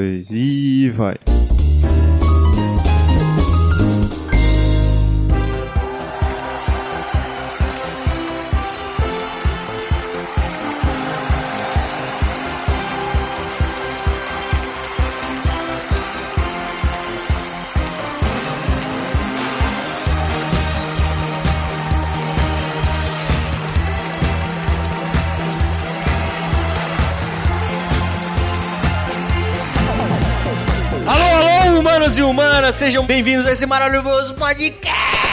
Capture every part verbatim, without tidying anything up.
dois e vai. Humanos e humanas, sejam bem-vindos a esse maravilhoso podcast!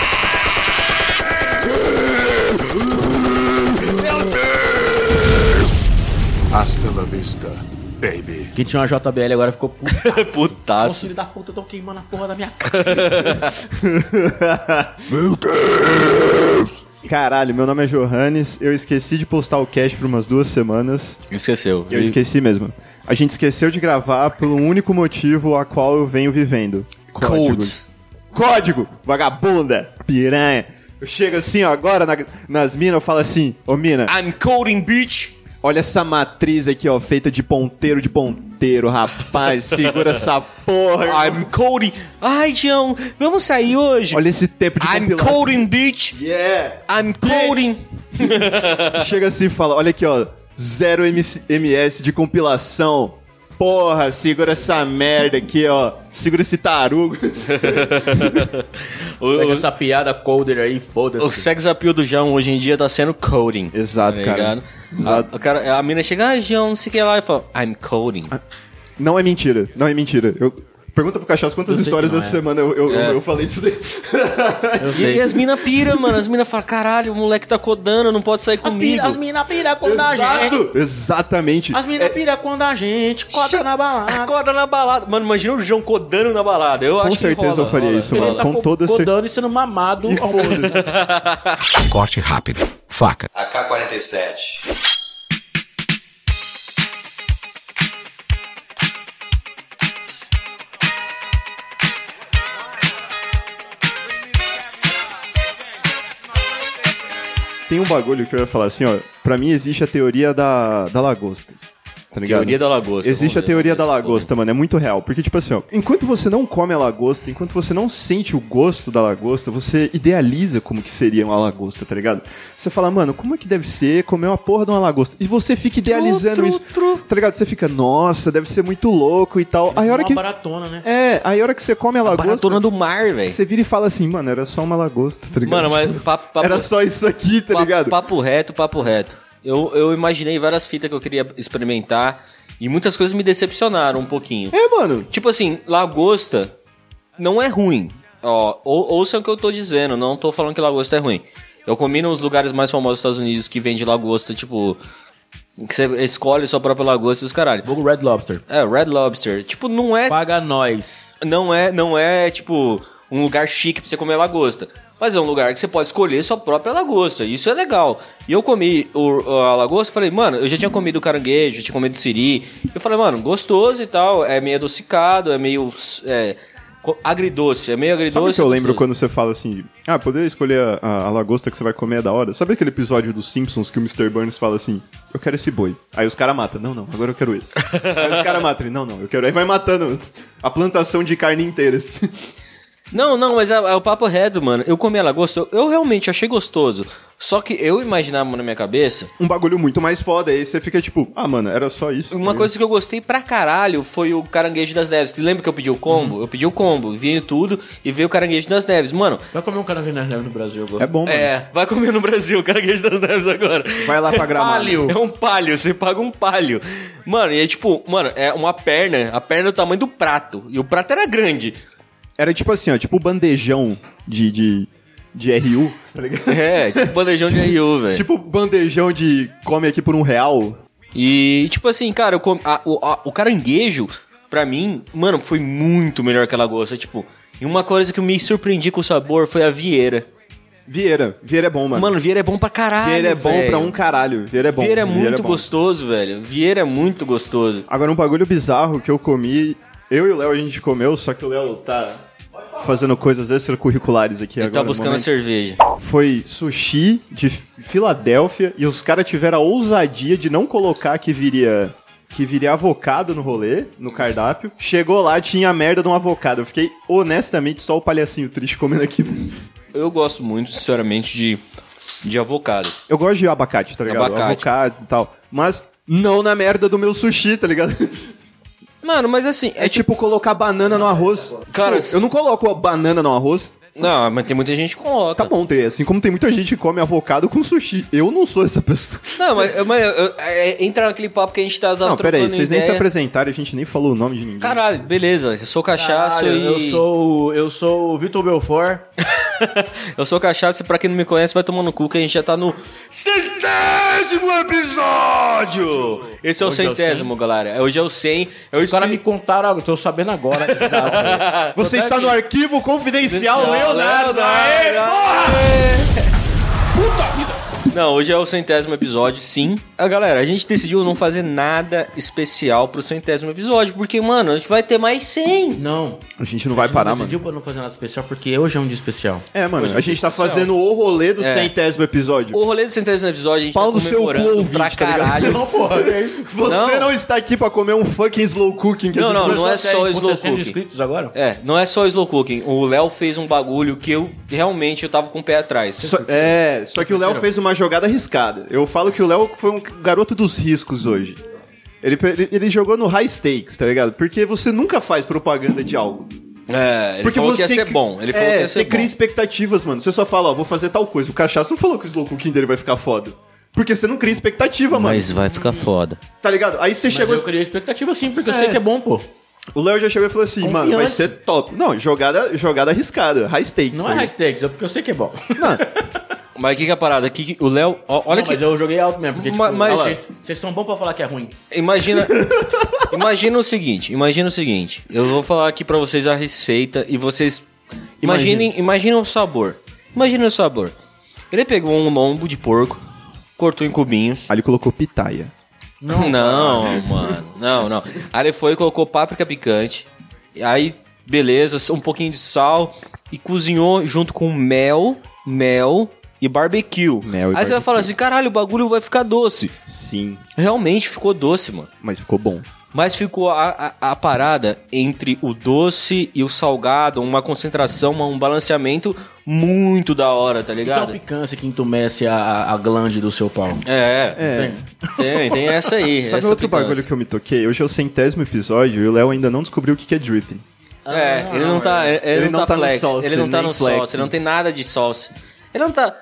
Meu Deus! Hasta la vista, baby. Quem tinha uma J B L agora ficou puto. Putaço. Ô, filho da puta, eu tô queimando a porra da minha cara. Meu Deus! Caralho, meu nome é Johannes, eu esqueci de postar o cast por umas duas semanas. Esqueceu. Eu esqueci mesmo. A gente esqueceu de gravar por um único motivo a qual eu venho vivendo. Codes. Código, vagabunda, piranha. Eu chego assim, ó, agora na, nas minas, eu falo assim, ô mina, I'm coding, bitch! olha essa matriz aqui, ó, feita de ponteiro de ponteiro, rapaz, segura essa porra. I'm coding. Ai, João, vamos sair hoje? Olha esse tempo de I'm compilação. coding, bitch! Yeah! I'm coding! Chega assim e fala, olha aqui, ó, zero M S de compilação. Porra, segura essa merda aqui, ó. Segura esse tarugo. o, Pega o, essa piada coder aí, foda-se. o sex appeal do João hoje em dia tá sendo coding. Exato, tá cara. ligado? Exato. A, o cara, a mina chega, ah, João, não sei o que lá, e fala, I'm coding. Não é mentira, não é mentira. Eu... Pergunta pro Cachaço quantas Eu sei histórias que não essa é. semana eu, eu, É. eu falei disso daí. Eu E, sei. e as mina pira, mano. As mina falam, caralho, o moleque tá codando, não pode sair As, comigo. pira, as mina pira quando a gente... Exato! Exatamente. As mina É, pira quando a gente coda Che- na balada. Coda na balada. Mano, imagina o João codando na balada. Eu com acho que certeza rola, eu faria rola. isso, Ele mano. tá Com co- toda certeza. codando e sendo mamado. E foda-se. Corte rápido. Faca. A K quarenta e sete. Tem um bagulho que eu ia falar assim, ó. Pra mim existe a teoria da, da lagosta. Tá ligado? Teoria da lagosta. Existe a vamos ver, teoria vamos da ver se lagosta, mano, é muito real. Porque, tipo assim, ó, enquanto você não come a lagosta, enquanto você não sente o gosto da lagosta, você idealiza como que seria uma lagosta, tá ligado? Você fala, mano, como é que deve ser comer uma porra de uma lagosta? E você fica idealizando tru, isso, tru. tá ligado? Você fica, nossa, deve ser muito louco e tal. Aí a hora Uma que... baratona, né? É, aí a hora que você come a lagosta, Baratona do mar, velho. você vira e fala assim, mano, era só uma lagosta, tá ligado? Mano, mas papo, papo, Era só isso aqui, tá papo, ligado? papo reto, papo reto. Eu, eu imaginei várias fitas que eu queria experimentar e muitas coisas me decepcionaram um pouquinho. É, mano. Tipo assim, lagosta não é ruim. Ó, ou, ouçam o que eu tô dizendo, não tô falando que lagosta é ruim. Eu comi nos lugares mais famosos dos Estados Unidos que vende lagosta, tipo... Que você escolhe sua própria lagosta e os caralho. Vulgo Red Lobster. É, Red Lobster. Tipo, não é... Paga nós. Não é, não é, tipo, um lugar chique pra você comer lagosta. Mas é um lugar que você pode escolher sua própria lagosta. Isso é legal. E eu comi o, a lagosta e falei, mano, eu já tinha comido caranguejo, já tinha comido siri. Eu falei, mano, gostoso e tal. É meio adocicado, é meio é, agridoce. É meio Sabe agridoce. o que eu lembro gostoso. quando você fala assim, ah, poder escolher a, a, a lagosta que você vai comer é da hora? Sabe aquele episódio dos Simpsons que o mister Burns fala assim, eu quero esse boi. Aí os caras matam, não, não, agora eu quero esse. Aí os caras matam, ele, não, não, eu quero. Aí vai matando a plantação de carne inteira. Não, não, mas é, é o papo reto, mano. Eu comi a lagosta, eu, eu realmente achei gostoso. Só que eu imaginava na minha cabeça... Um bagulho muito mais foda, aí você fica tipo, ah, mano, era só isso. Uma coisa que eu gostei pra caralho foi o caranguejo das neves. Lembra que eu pedi o combo? Uhum. Eu pedi o combo, veio tudo e veio o caranguejo das neves. Mano, Vai comer um caranguejo na neve no Brasil agora. É bom, mano. é, vai comer no Brasil o caranguejo das neves agora. Vai lá pra Gramado. Palio. É um palio, você paga um palio. Mano, e é tipo, mano, é uma perna, a perna é do tamanho do prato. E o prato era grande. Era tipo assim, ó, tipo bandejão de, de, de R U, tá ligado? É, tipo bandejão de R U, velho. Tipo bandejão de come aqui por um real. E, tipo assim, cara, eu com- a- o, a- o caranguejo, pra mim, mano, foi muito melhor que a lagosta. Tipo, e uma coisa que eu me surpreendi com o sabor foi a vieira. Vieira, Vieira é bom, mano. Mano, vieira é bom pra caralho, Vieira é bom velho. pra um caralho. Vieira é bom. Vieira é muito bom. gostoso, velho. Vieira é muito gostoso. Agora, um bagulho bizarro que eu comi... Eu e o Léo, a gente comeu, só que o Léo tá fazendo coisas extracurriculares aqui Ele agora. tá no buscando a momento. cerveja. Foi sushi de Filadélfia e os caras tiveram a ousadia de não colocar que viria que virei avocado no rolê, no cardápio. Chegou lá, tinha a merda de um avocado. Eu fiquei, honestamente, só o palhacinho triste comendo aquilo. Eu gosto muito, sinceramente, de, de avocado. Eu gosto de abacate, tá ligado? Abacate. Avocado e tal. Mas não na merda do meu sushi, tá ligado? Mano, mas assim... É tipo colocar banana no arroz. Cara, Pô, eu não coloco a banana no arroz. Não, mas tem muita gente que coloca. Tá bom, tem, assim como tem muita gente que come avocado com sushi. Eu não sou essa pessoa. Não, mas, mas eu- é, entra naquele papo que a gente tá dando Não, pera aí, vocês nem se ideia. apresentaram, a gente nem falou o nome de ninguém. Caralho, beleza, eu sou cachaço Caralho, e... eu sou eu sou o Vitor Belfort. eu sou cachaço e pra quem não me conhece vai tomar no cu que a gente já tá no centésimo episódio! Esse é o Hoje é o centésimo, galera. Hoje é o cem. Eu Os caras me contaram algo, eu tô sabendo agora. Você está no arquivo confidencial, Leonardo! Leonardo. Aê, porra! Não, hoje é o centésimo episódio, sim. Ah, galera, a gente decidiu não fazer nada especial pro centésimo episódio, porque, mano, a gente vai ter mais cem. Não. A gente não vai parar, A gente mano. decidiu pra não fazer nada especial, porque hoje é um dia especial. É, mano, Hoje a gente tá especial. fazendo o rolê do É. centésimo episódio. O rolê do centésimo episódio, a gente Pau tá no seu comemorando cu, pra ouvinte, tá ligado? caralho. Não, porra, é isso. Você não. Não. está aqui pra comer um fucking slow cooking que Não, a gente não, não é só slow cooking. inscritos agora? É, não é só slow cooking. O Léo fez um bagulho que eu realmente eu tava com o pé atrás. Só- é, só que o Léo fez uma jogada arriscada. Eu falo que o Léo foi um garoto dos riscos hoje. Ele, ele, ele jogou no high stakes, tá ligado? Porque você nunca faz propaganda de algo. É, ele Porque falou você que ia ser cri- bom. Ele falou é, que ia ser você cria bom. expectativas, mano. Você só fala, ó, vou fazer tal coisa. O Cachaço não falou que o slow cooking dele vai ficar foda. Porque você não cria expectativa, mano. Mas vai ficar foda. Tá ligado? Aí você Mas chegou. eu criei expectativa sim, porque eu sei que é bom, pô. O Léo já chegou e falou assim, mano, vai ser top. Não, jogada, jogada arriscada, high stakes. Não tá é high ligado? stakes, é porque eu sei que é bom. Não, Mas o que que é a parada? Que que- o Léo... ó, olha Não, que... mas eu joguei alto mesmo, porque, tipo, Ma- mas- olha lá, vocês vocês são bons pra falar que é ruim. Imagina... imagina o seguinte, imagina o seguinte. Eu vou falar aqui pra vocês a receita e vocês... Imaginem, imaginem o sabor. Imaginem o sabor. Ele pegou um lombo de porco, cortou em cubinhos. aí ele colocou pitaia. Não, não, mano. Não, não. Aí ele foi e colocou páprica picante. Aí, beleza, um pouquinho de sal. E cozinhou junto com mel, mel e barbecue. Mel e Aí você vai barbecue. falar assim, caralho, o bagulho vai ficar doce. Sim, Realmente ficou doce, mano. mas ficou bom. Mas ficou a, a, a parada entre o doce e o salgado, uma concentração, um balanceamento muito da hora, tá Então ligado? picância que entumece a, a glande do seu pau. É, É. tem, tem essa aí. Sabe essa outro picância. bagulho que eu me toquei? Hoje é o centésimo episódio e o Léo ainda não descobriu o que que é dripping. É, ele não tá, ele, Ele não não tá tá no flex, sauce, ele não tá nem no flex. sauce, ele não tem nada de sauce. Ele não tá...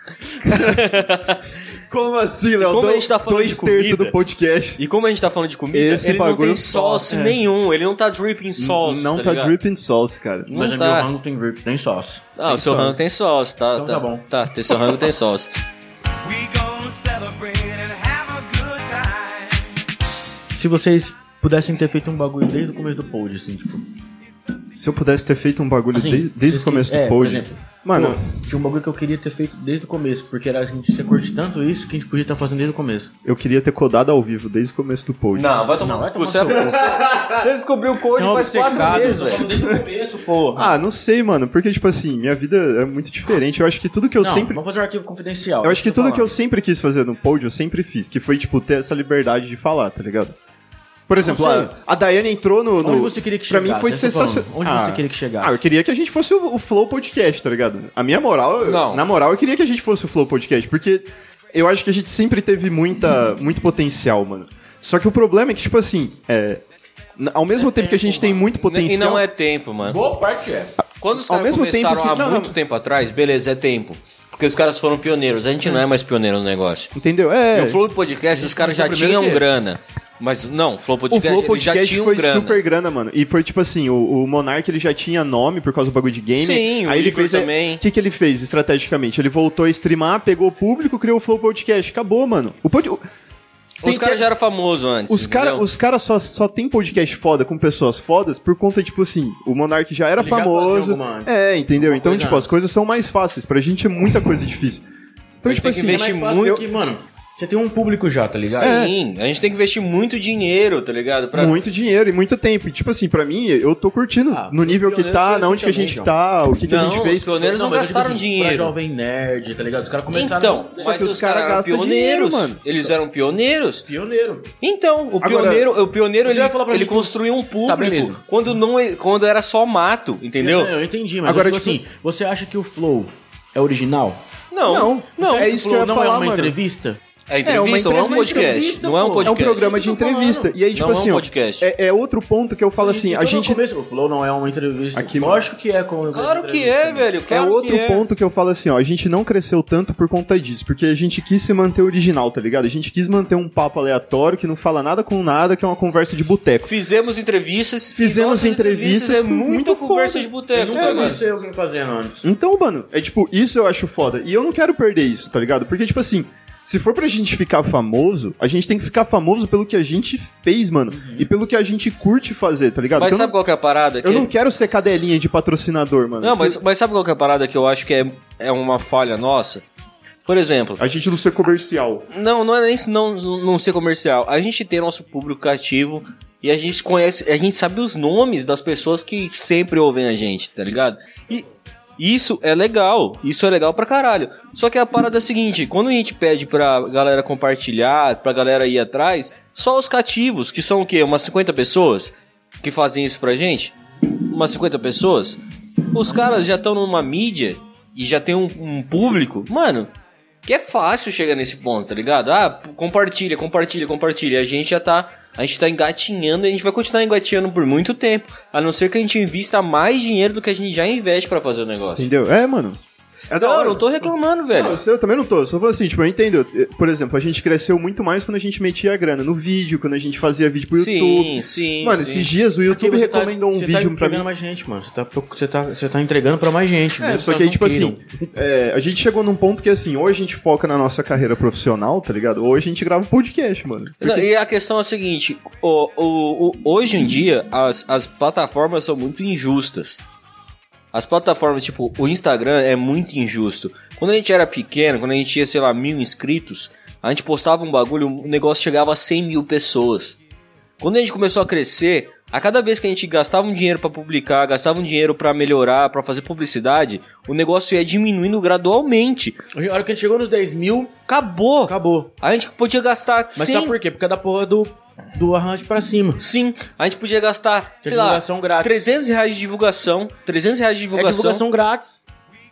Como assim, Léo? Como a Do- gente tá falando Dois de terços comida? do podcast. E como a gente tá falando de comida, Esse ele não bagulho tem sauce é. nenhum, ele não tá dripping sauce, não tá, tá ligado? dripping sauce, cara. Não Mas é tá. meu rango tem drip, tem sauce. Ah, o seu sauce. rango tem sauce, tá, Então tá, tá bom. Tá, tem seu rango tem sauce. We gon' celebrate and have a good time. Se vocês pudessem ter feito um bagulho desde o começo do pod, assim, tipo... Se eu pudesse ter feito um bagulho Assim, de- desde vocês o começo que- do é, por pod. exemplo, Mano, pô, tinha um bagulho que eu queria ter feito desde o começo, porque era a gente se curte tanto isso que a gente podia estar fazendo desde o começo. eu queria ter codado ao vivo desde o começo do pod. Não, vai tomar Não, vai no cu. tomar Você, no seu cu. você descobriu o code Você é um faz quatro obcecado, meses, eu tô falando velho. desde o começo, porra. Ah, não sei, mano, porque, tipo assim, minha vida é muito diferente. Eu acho que tudo que eu Não, sempre. vamos fazer um arquivo confidencial. Eu acho que tudo que eu falar. sempre quis fazer no pod, eu sempre fiz. Que foi, tipo, ter essa liberdade de falar, tá ligado? Por exemplo, sei. a, a Daiane entrou no, no. Onde você queria que Pra chegasse? mim foi Essa eu tô falando. sensacional. Onde você queria que chegasse? Ah, eu queria que a gente fosse o, o Flow Podcast, tá ligado? A minha moral, eu- Não. na moral, eu queria que a gente fosse o Flow Podcast, porque eu acho que a gente sempre teve muita, muito potencial, mano. Só que o problema é que, tipo assim, é, n- ao mesmo tempo que a gente tem muito potencial. E não é tempo, mano. Boa parte é. Quando os Ao caras mesmo começaram tempo que- há não, muito não. tempo atrás, beleza, é tempo. Porque os caras foram pioneiros. A gente não é mais pioneiro no negócio. Entendeu? É. E o Flow Podcast, os caras já começou primeiro tinham que grana. Mas não, o Flow O Podcast, Flow eles já Podcast tinham foi grana. super grana, mano. E foi tipo assim, o, o Monark ele já tinha nome por causa do bagulho de game. Sim, o Aí ele Igor fez. também. O que, que ele fez estrategicamente? Ele voltou a streamar, pegou o público, criou o Flow Podcast. Acabou, mano. O pod... o- tem Os caras que- já eram famosos antes, Os caras entendeu? os cara só, só tem podcast foda com pessoas fodas por conta, tipo assim, o Monark já era Ele já famoso. fazia alguma antes. É, entendeu? Alguma Então, coisa tipo, as antes. coisas são mais fáceis. Pra gente é muita coisa difícil. Então, A gente tipo tem que assim, investir É mais fácil muito- que, mano, Você tem um público já, tá ligado? Sim, a gente tem que investir muito dinheiro, tá ligado? Pra... Muito dinheiro e muito tempo. E, tipo assim, pra mim, eu tô curtindo Ah, no nível os que pioneiros tá, foi na assim onde que a também, gente João. tá, o que, que a Não, gente os fez. pioneiros não, mas eu digo gastaram assim, dinheiro. Pra Jovem Nerd, tá ligado? Os caras começaram... Então, Só mas que os os cara caras eram gastam pioneiros, dinheiro, mano. Eles eram pioneiros. Pioneiro. Então, o Agora, pioneiro, o pioneiro você ele, vai falar pra ele mim que- construiu um Tá, beleza. público quando, não, quando era só mato, entendeu? Não, eu entendi, mas Agora, eu digo tipo- assim, você acha que o Flow é original? Não, Não, não. é Você acha isso o Flow que eu ia não falar, é uma mano. entrevista? É entrevista, É, uma não é um entrevista, podcast. entrevista, Não é um pô. É um podcast. programa de Isso que eu tô entrevista. falando. E aí, tipo Não é um assim, ó, podcast. é, é outro ponto que eu falo assim, E a quando gente... no começo, o Flow não é uma entrevista. Aqui, Lógico que é. Com Claro que é, velho. É Claro outro que é. ponto que eu falo assim, ó, a gente não cresceu tanto por conta disso, porque a gente quis se manter original, tá ligado? A gente quis manter um papo aleatório que não fala nada com nada, que é uma conversa de boteco. Fizemos entrevistas. Fizemos e nossas entrevistas É com muita muito conversa foda. de Eu boteco. nunca tá vi ligado? você alguém fazendo antes. Então, mano, é tipo, isso eu acho foda. E eu não quero perder isso, tá ligado? Porque, tipo assim, se for pra gente ficar famoso, a gente tem que ficar famoso pelo que a gente fez, mano. E pelo que a gente curte fazer, tá ligado? Mas Porque sabe eu, qual que é a parada? não, eu Que- não quero ser cadelinha de patrocinador, mano. Não, mas, mas sabe qual que é a parada que eu acho que é, é uma falha nossa? Por exemplo, A gente não ser comercial. não, não é nem não, não ser comercial. A gente tem nosso público cativo e a gente conhece, a gente sabe os nomes das pessoas que sempre ouvem a gente, tá ligado? E isso é legal, isso é legal pra caralho. Só que a parada é a seguinte, quando a gente pede pra galera compartilhar, pra galera ir atrás, só os cativos, que são o quê? Umas cinquenta pessoas que fazem isso pra gente? Umas cinquenta pessoas? Os caras já estão numa mídia e já tem um, um público, mano, que é fácil chegar nesse ponto, tá ligado? Ah, p- compartilha, compartilha, compartilha. A gente já tá, a gente tá engatinhando e a gente vai continuar engatinhando por muito tempo, a não ser que a gente invista mais dinheiro do que a gente já investe pra fazer o negócio. Entendeu? É, mano. É da Não, hora. eu não tô reclamando, velho. Não, eu, sei, eu também não tô, eu só falando assim, tipo, eu entendo. Por exemplo, a gente cresceu muito mais quando a gente metia a grana no vídeo, quando a gente fazia vídeo pro YouTube. Sim, sim, Mano, sim. esses dias o YouTube Porque você tá- recomendou um você vídeo tá pra mim. entregando mais gente, mano. Você tá, você, tá, você tá entregando pra mais gente. É, mesmo só se que aí, elas tipo não assim, queiram. é, a gente chegou num ponto que assim, ou a gente foca na nossa carreira profissional, tá ligado? Ou a gente grava um podcast, mano. Não, e a questão é a seguinte, o, o, o- hoje em dia as, as plataformas são muito injustas. As plataformas, tipo, o Instagram é muito injusto. Quando a gente era pequeno, quando a gente tinha, sei lá, mil inscritos, a gente postava um bagulho, o negócio chegava a cem mil pessoas. Quando a gente começou a crescer, a cada vez que a gente gastava um dinheiro pra publicar, gastava um dinheiro pra melhorar, pra fazer publicidade, o negócio ia diminuindo gradualmente. A hora que a gente chegou nos dez mil, Acabou! acabou. A gente podia gastar Mas cem... sabe por quê? Porque é da porra do, do arranjo pra cima. Sim, a gente podia gastar, Que sei lá, divulgação grátis. trezentos reais de divulgação, trezentos reais de É divulgação. divulgação grátis.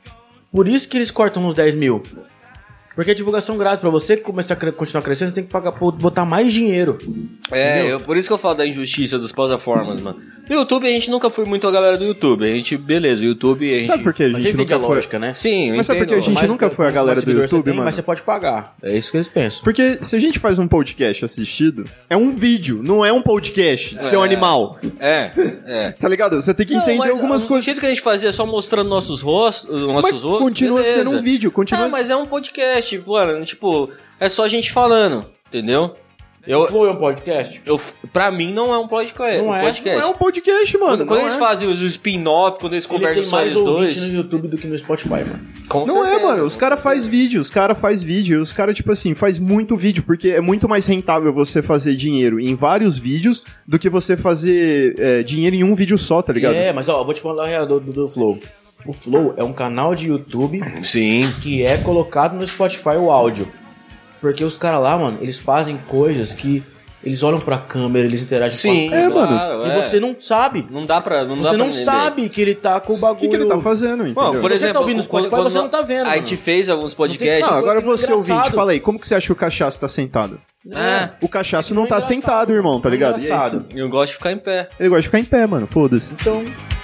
Por isso que eles cortam nos dez mil. Porque é divulgação grátis. Pra você começar a cre- continuar crescendo, você tem que pagar, pô, botar mais dinheiro. É, eu, por isso que eu falo da injustiça das plataformas, mano. No YouTube a gente nunca foi muito a galera do YouTube. A gente, beleza, o YouTube a gente... Sabe por que a A gente gente entende a nunca foi? lógica, né? Sim, eu Mas sabe por que a entendo. gente Mais- nunca foi a quanto galera mais do seguidor você YouTube, tem, mano? Mas você pode pagar. É isso que eles pensam. Porque se a gente faz um podcast assistido, é um vídeo, não é um podcast, seu animal. É, é. Tá ligado? Você tem que Não, entender mas algumas o coisas. jeito que a gente fazia só mostrando nossos rostos, os nossos Mas rostos, continua beleza. sendo um vídeo, continua... Ah, mas é um podcast, mano, tipo, é só a gente falando, entendeu? O Eu, Flow é um podcast? eu, pra mim não é um podcast. Não um é, podcast. Não é um podcast, mano. Quando, quando não eles é. fazem os spin-off, quando eles Ele conversam tem só mais eles ouvinte dois. no YouTube do que no Spotify, mano. Com Não é, certeza. mano. Os caras faz vídeo, os caras faz vídeo. Os caras, tipo assim, faz muito vídeo, porque é muito mais rentável você fazer dinheiro em vários vídeos do que você fazer é, dinheiro em um vídeo só, tá ligado? É, mas ó, eu vou te falar a real do, do, do Flow. O Flow é um canal de YouTube Sim. que é colocado no Spotify o áudio. Porque os caras lá, mano, eles fazem coisas que eles olham pra câmera, eles interagem Sim, com a É, câmera. mano. claro, E é. você não sabe. Não dá pra. Não dá Você pra não entender. sabe que ele tá com o O bagulho. que, que ele tá fazendo, entendeu? Bom, por Você exemplo, tá ouvindo no Spotify, quando- você não tá vendo, A mano. gente fez alguns podcasts. Não, agora você engraçado. ouvinte, fala aí, como que você acha que o cachaço tá sentado? Ah, O cachaço não é tá engraçado, sentado, irmão, tá não é ligado? E aí? engraçado. eu gosto de ficar em pé. Ele gosta de ficar em pé, mano, foda-se. Então,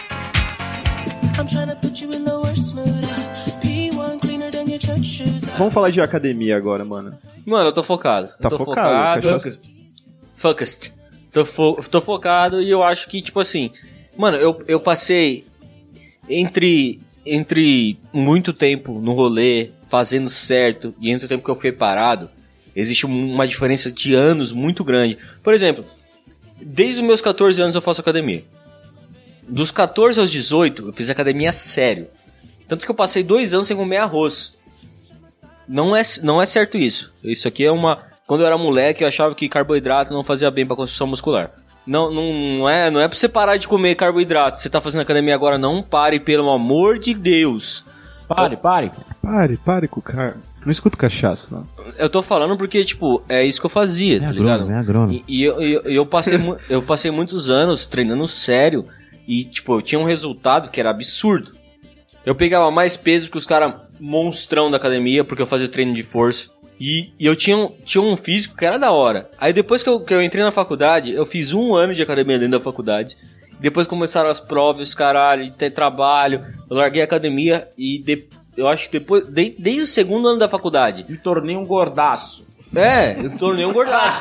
I'm trying to put you in the worst mood. P one cleaner than your church shoes. Vamos falar de academia agora, mano. Mano, eu tô focado. Tá eu tô focado, focado. cachaça- Focused. Tô, fo tô focado e eu acho que, tipo assim... Mano, eu, eu passei entre, entre muito tempo no rolê, fazendo certo, e entre o tempo que eu fiquei parado, existe um- uma diferença de anos muito grande. Por exemplo, desde os meus catorze anos eu faço academia. Dos catorze aos dezoito, eu fiz academia sério. Tanto que eu passei dois anos sem comer arroz. não é, não é certo isso. Isso aqui é uma... Quando eu era moleque, eu achava que carboidrato não fazia bem pra construção muscular. Não, não, não, é, não é pra você parar de comer carboidrato. Você tá fazendo academia agora, não pare, pelo amor de Deus. Pare, pare. Pare, pare com o cara. Não escuta cachaço, não. Eu tô falando porque, tipo, é isso que eu fazia, tá ligado? É agrônomo. E, e eu, eu, eu, passei, mu- eu passei muitos anos treinando sério e, tipo, eu tinha um resultado que era absurdo. Eu pegava mais peso que os caras monstrão da academia, porque eu fazia treino de força. E, e eu tinha um, tinha um físico que era da hora. Aí depois que eu, que eu entrei na faculdade, eu fiz um ano de academia dentro da faculdade. Depois começaram as provas, caralho, ter trabalho. Eu larguei a academia e de, eu acho que depois, de, desde o segundo ano da faculdade. Me tornei um gordaço. É, eu tornei um gordaço.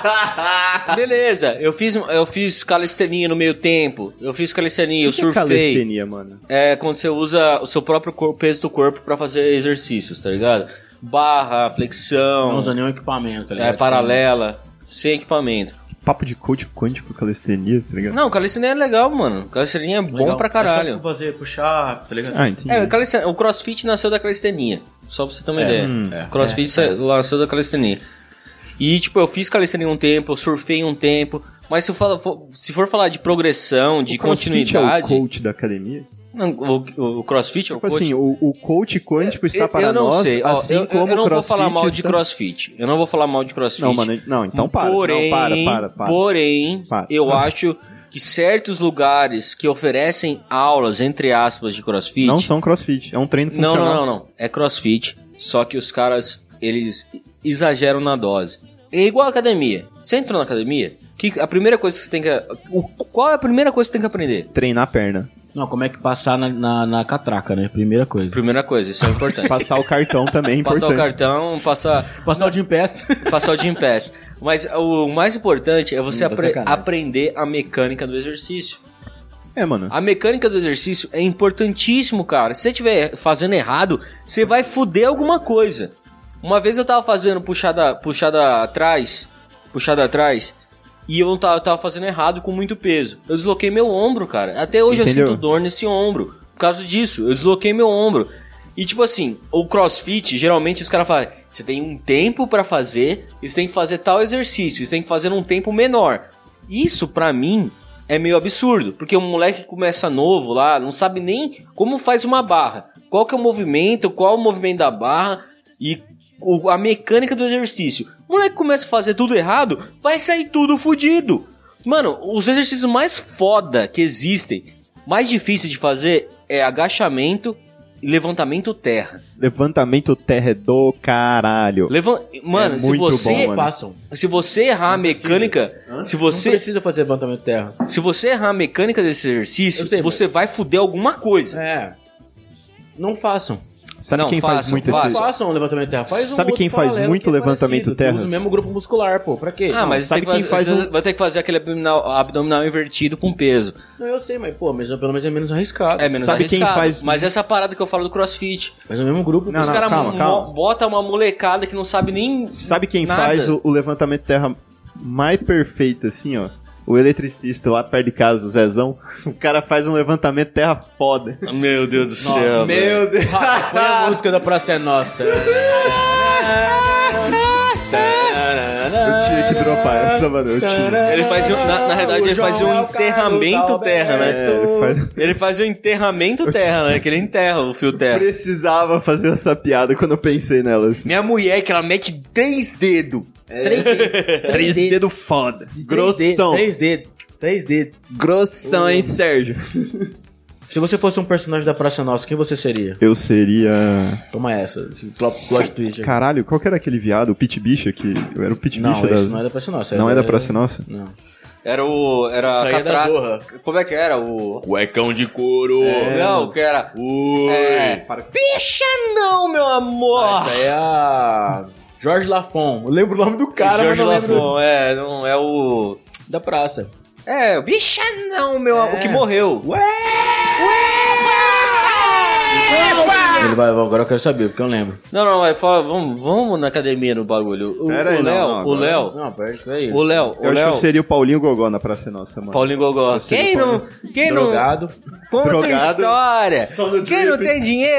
Beleza, eu fiz, eu fiz calistenia no meio tempo. Eu fiz calistenia, eu O que é surfei. calistenia, mano? É quando você usa o seu próprio corpo, peso do corpo pra fazer exercícios, tá ligado? Barra, flexão, Não usa nenhum equipamento, tá ligado? é, paralela, sem equipamento. Papo de coach quântico, calistenia, tá ligado? Não, calistenia é legal, mano. Calistenia é bom Legal. pra É caralho. só fazer, puxar, tá ligado? Ah, entendi. É, calistenia, o crossfit nasceu da calistenia. Só pra você ter uma É, ideia. hum, O é, crossfit é, sa- nasceu da calistenia. E, tipo, eu fiz calistenia um tempo, eu surfei um tempo. Mas se, eu falo- for, se for falar de progressão, de O CrossFit continuidade. é o coach da academia? Não, o, o crossfit é o Tipo coach. assim, o, o coach quântico está eu, para eu não nós, sei, ó, assim eu, como eu não o vou falar mal de está- crossfit. Eu não vou falar mal de crossfit. Não, mano, não, então para. Porém, não, para, para, para. porém Para. eu Nossa. acho que certos lugares que oferecem aulas, entre aspas, de crossfit... Não são crossfit, é um treino Não, funcional. não, não, não. É crossfit, só que os caras, eles exageram na dose. É igual a academia. Você entrou na academia, que a primeira coisa que você tem que... o- qual é a primeira coisa que você tem que aprender? Treinar a perna. Não, como é que passar na, na, na catraca, né? Primeira coisa. Primeira coisa, isso é importante. Passar o cartão também é importante. Passar o cartão, passar... Passar o de Pass. Passar o Gym Pass. Mas o mais importante é você Hum, tá apre- sacanagem. aprender a mecânica do exercício. É, mano. A mecânica do exercício é importantíssimo, cara. Se você estiver fazendo errado, você vai fuder alguma coisa. Uma vez eu tava fazendo puxada, puxada atrás, puxada atrás, e eu não tava, tava fazendo errado com muito peso. Eu desloquei meu ombro, cara. Até hoje Entendeu? eu sinto dor nesse ombro. Por causa disso, eu desloquei meu ombro. E tipo assim, o crossfit, geralmente os caras falam, você tem um tempo pra fazer, e você tem que fazer tal exercício, você tem que fazer num tempo menor. Isso, pra mim, é meio absurdo, porque um moleque que começa novo lá, não sabe nem como faz uma barra, qual que é o movimento, qual é o movimento da barra e o- a mecânica do exercício. O moleque começa a fazer tudo errado, vai sair tudo fudido. Mano, os exercícios mais foda que existem, mais difícil de fazer, é agachamento e levantamento terra. Levantamento terra é do caralho. Levan... Mano, É se muito você... bom, mano. Façam. Se você errar a mecânica, se Não você precisa fazer levantamento de terra. se você errar a mecânica desse exercício, Eu sei, você vai fuder alguma coisa. É. Não façam. Sabe Não, quem faz façam, muito façam. esse... Não façam levantamento de terra. Faz um Sabe outro quem faz paralelo muito que é levantamento parecido, terra? que usa o mesmo grupo muscular, pô. Pra quê? Ah, mas sabe tem que quem fazer- faz você um- vai ter que fazer aquele abdominal, abdominal invertido com peso. Não, eu sei, mas pô, mas pelo menos é menos arriscado. É menos Sabe quem arriscado. faz- Mas essa parada que eu falo do crossfit. Mas é o mesmo grupo. Não, os não, caras calma, calma. botam uma molecada que não sabe nem Sabe quem nada. faz o, o levantamento terra mais perfeito, assim, ó? O eletricista lá perto de casa, o Zezão. O cara faz um levantamento terra foda. Meu Deus do céu. velho. Meu Deus. Ah, põe a música da Praça é Nossa. Eu tinha que dropar essa, mano. Eu tinha. Ele fazia, na, na realidade, ele fazia um enterramento terra, né? É, ele faz... Ele fazia um enterramento terra, né? Que ele enterra o fio terra. Precisava fazer essa piada quando eu pensei nelas. Minha mulher, que ela mete três dedos. Três dedos. Três dedos foda. Grossão. Três dedos. Três dedos. Grossão, hein, Sérgio? Se você fosse um personagem da Praça Nossa, quem você seria? Eu seria... Toma essa. Esse plot plot twist aí. Caralho, qual que era aquele viado? O Pit Bicha? Que... Eu era o Pit Não, Bicha esse da... não é da Praça Nossa. Não é da Praça Nossa? Não. Era o. Era Isso aí é da catra- Zorra. Como é que era? O. Cuecão de couro. Não, que era. Ui. É. Bicha não, meu amor! Essa aí é a... Jorge Lafon. Eu lembro o nome do cara, Jorge mas não lembro Lafon, é, não, é o. da praça. É, bicha não, meu amor. É. O que morreu. Ué! Ele vai, agora eu quero saber, porque eu lembro. Não, não, vai, fala, vamos, vamos na academia no bagulho. O, Pera aí, o não, Léo, não, o agora- Léo, Não, perde aí. o Léo, o Eu acho Léo, que seria o Paulinho Gogó na Praça Nossa, mano. Paulinho Gogó. Você Quem não não, quem não, Drogado. conta Drogado. história. Só no Quem não drip. tem dinheiro,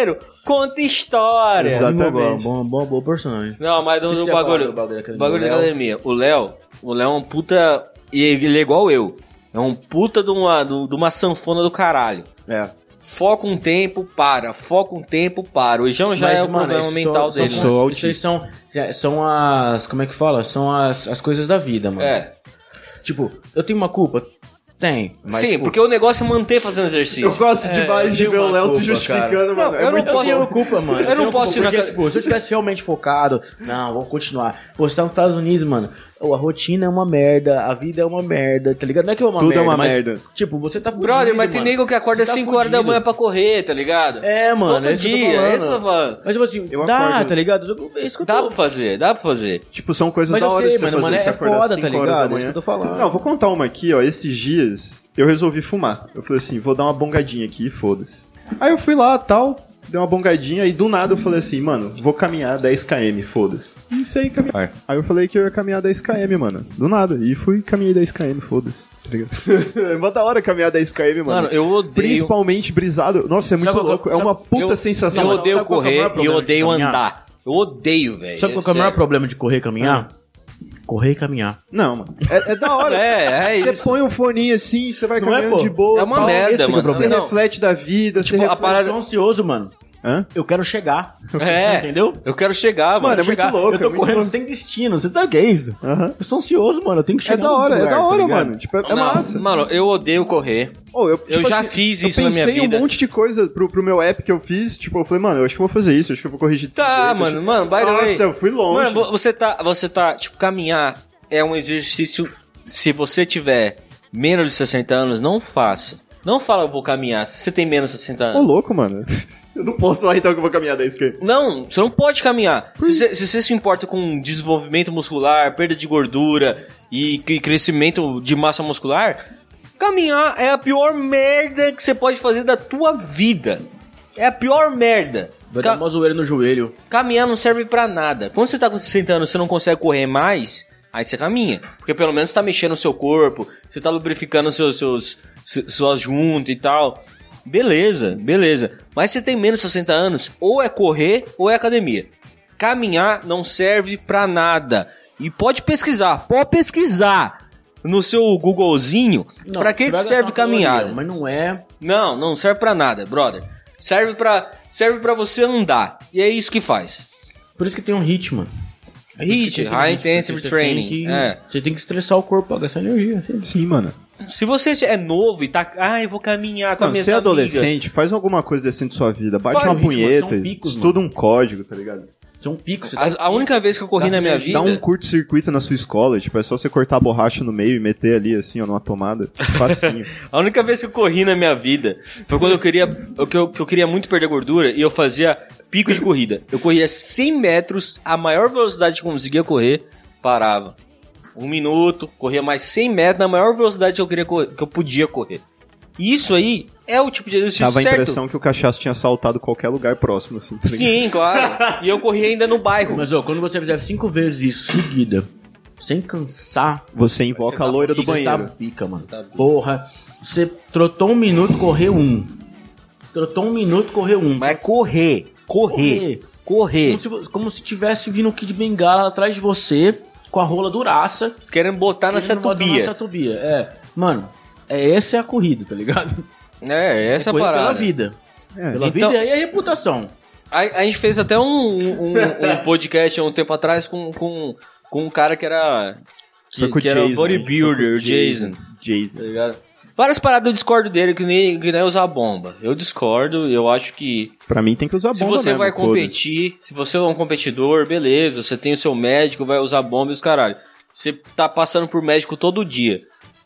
conta história. Exato. Bom, bom, bom, bom personagem. Não, mas do, O que do que você bagulho, ia falar do bagulho, bagulho do da Léo? academia. O Léo, o Léo é um puta... E ele é igual eu. É um puta de uma, do- de uma sanfona do caralho. É. Foca um tempo, para. Foca um tempo, para. O João já Mas, é o mano, problema isso mental são- dele. São, Sou isso autista. aí são, já- são as... Como é que fala? São as, as coisas da vida, mano. É. Tipo, eu tenho uma culpa? Tem. Mas, Sim, tipo, porque o negócio é manter fazendo exercício. Eu gosto É, demais eu de tenho ver o uma Léo se culpa, justificando, cara. mano. Não, é eu não muito Eu posso- bom. tenho culpa, mano. eu não tenho posso culpa, ir na porque, ca- tipo, se eu tivesse realmente focado, não, vamos continuar. Pô, você tá nos Estados Unidos, mano. A rotina é uma merda, a vida é uma merda, tá ligado? Não é que é uma Tudo é merda, uma mas, merda. Tipo, você tá fudido, Brother, mas tem mano. nego que acorda Você tá cinco horas da fudido. manhã pra correr, tá ligado? É, mano. Todo é isso que eu tô dia, é falando. isso que eu tô falando. Mas, tipo assim, Eu dá, acordo- tá ligado? Eu- É isso que eu Dá tô... pra fazer, dá pra fazer. Tipo, são coisas Mas da eu hora sei, de você mano, fazer. mano, você é acordar foda, às tá cinco horas ligado? da É isso manhã. que eu tô falando. Não, vou contar uma aqui, ó. Esses dias eu resolvi fumar. Eu falei assim, vou dar uma bongadinha aqui, foda-se. Aí eu fui lá, tal, dei uma bongadinha e do nada eu falei assim, mano, vou caminhar dez quilômetros, foda-se. E sei caminhar. Vai. Aí eu falei que eu ia caminhar dez quilômetros, mano. Do nada. E fui caminhei dez quilômetros, foda-se. Tá ligado? É mó da hora caminhar dez quilômetros, mano. Mano, eu odeio... Principalmente brisado. Nossa, é muito Sabe qual- louco. É sabe- uma puta eu, sensação. Eu mas odeio sabe qual que é o maior correr e eu problema de odeio caminhar? andar. Eu odeio, velho. Sabe qual que é o maior problema de correr e caminhar? Correr e caminhar. Não, mano. É, é da hora. É, é Você isso. põe um foninho assim, você vai Não é, caminhando pô? de boa. É uma tal. merda, Esse que é o mano. problema. Você Não. reflete da vida, Tipo, você a reflete... parada- Eu sou ansioso, mano. Hã? Eu quero chegar. É. Entendeu? Eu quero chegar, mano. Mano, é muito Chegar. louco, Eu tô é muito correndo louco. sem destino. Você tá que é isso? Aham. Eu sou ansioso, mano. Eu tenho que É chegar da no hora, é lugar, da tá hora, ligado? mano. Tipo, é, é Não, massa. Mano, eu odeio correr. Oh, eu, eu tipo já assim, fiz eu isso na minha pensei vida. um monte de coisa pro, pro meu app que eu fiz. Tipo, eu falei, mano, eu acho que eu vou fazer isso. Eu acho que eu vou corrigir de Tá, mano, mano, by the way. Nossa, eu fui longe. Mano, vo- você tá, você tá, tipo, caminhar é um exercício, se você tiver menos de sessenta anos, não faça. Não fala, eu vou caminhar, se você tem menos de sessenta Ô, anos. louco, mano. Eu não posso falar então que eu vou caminhar dez quilômetros. Não, você não pode caminhar. Se você, se você se importa com desenvolvimento muscular, perda de gordura e c- crescimento de massa muscular, caminhar é a pior merda que você pode fazer da tua vida. É a pior merda. Vai Ca- dar uma zoeira no joelho. Caminhar não serve pra nada. Quando você tá com sessenta anos e você não consegue correr mais, aí você caminha. Porque pelo menos você tá mexendo o seu corpo, você tá lubrificando seus, seus, se- suas juntas e tal. Beleza, beleza. Mas você tem menos de sessenta anos, ou é correr ou é academia. Caminhar não serve pra nada. E pode pesquisar, pode pesquisar no seu Googlezinho Não, pra que, você que vai serve gastar uma caminhada. caloria, Mas não é... Não, não serve pra nada, brother. Serve pra, serve pra você andar. E é isso que faz. Por isso que tem um hit, mano. Por isso Hit, que tem High hit, Intensity porque você Training. tem que- É. Você tem que estressar o corpo pra gastar energia. Sim, mano. Se você é novo e tá. Ah, eu vou caminhar com a Não, minha você é adolescente, faz alguma coisa decente da sua vida. Bate Faz, uma ritmo, punheta, são picos, estuda um código, tá ligado? Tem um pico. Você A, a única vez que eu corri Gasta na minha energia. vida. Dá um curto-circuito na sua escola, tipo, é só você cortar a borracha no meio e meter ali, assim, ó, numa tomada. Facinho. A única vez que eu corri na minha vida foi quando eu queria. Eu, que eu, que eu queria muito perder gordura e eu fazia pico de corrida. Eu corria cem metros, a maior velocidade que eu conseguia correr, parava. Um minuto, corria mais cem metros na maior velocidade que eu, queria correr, que eu podia correr. E isso aí é o tipo de exercício Dava a certo. impressão que o cachaço tinha assaltado qualquer lugar próximo, assim. tá ligado? Sim, claro. E eu corri ainda no bairro. Mas, ó, quando você fizer cinco vezes isso seguida, sem cansar, Você invoca Você a tá- loira do você banheiro. tá pica, mano. Porra, você trotou um minuto, correu um. Trotou um minuto, correu um. Mas é correr, correr, correr. Como se, vo- como se tivesse vindo um Kid Bengala atrás de você, com a rola duraça. Querendo botar na querendo botar satubia. na satubia. É, mano, é, essa é a corrida, tá ligado? É, essa é é a corrida parada. pela vida. É. Pela Então- vida e a reputação. A, a gente fez até um, um, um podcast há um tempo atrás com, com, com um cara que era. Foi Que, com o que era o Jason, bodybuilder, foi o com o Jason. Jason. Tá ligado? Várias paradas eu discordo dele, que nem, que nem usar bomba. Eu discordo, eu acho que Pra mim tem que usar bomba se você mesmo, vai foda-se. competir, se você é um competidor, beleza, você tem o seu médico, vai usar bomba e os caralho. Você tá passando por médico todo dia,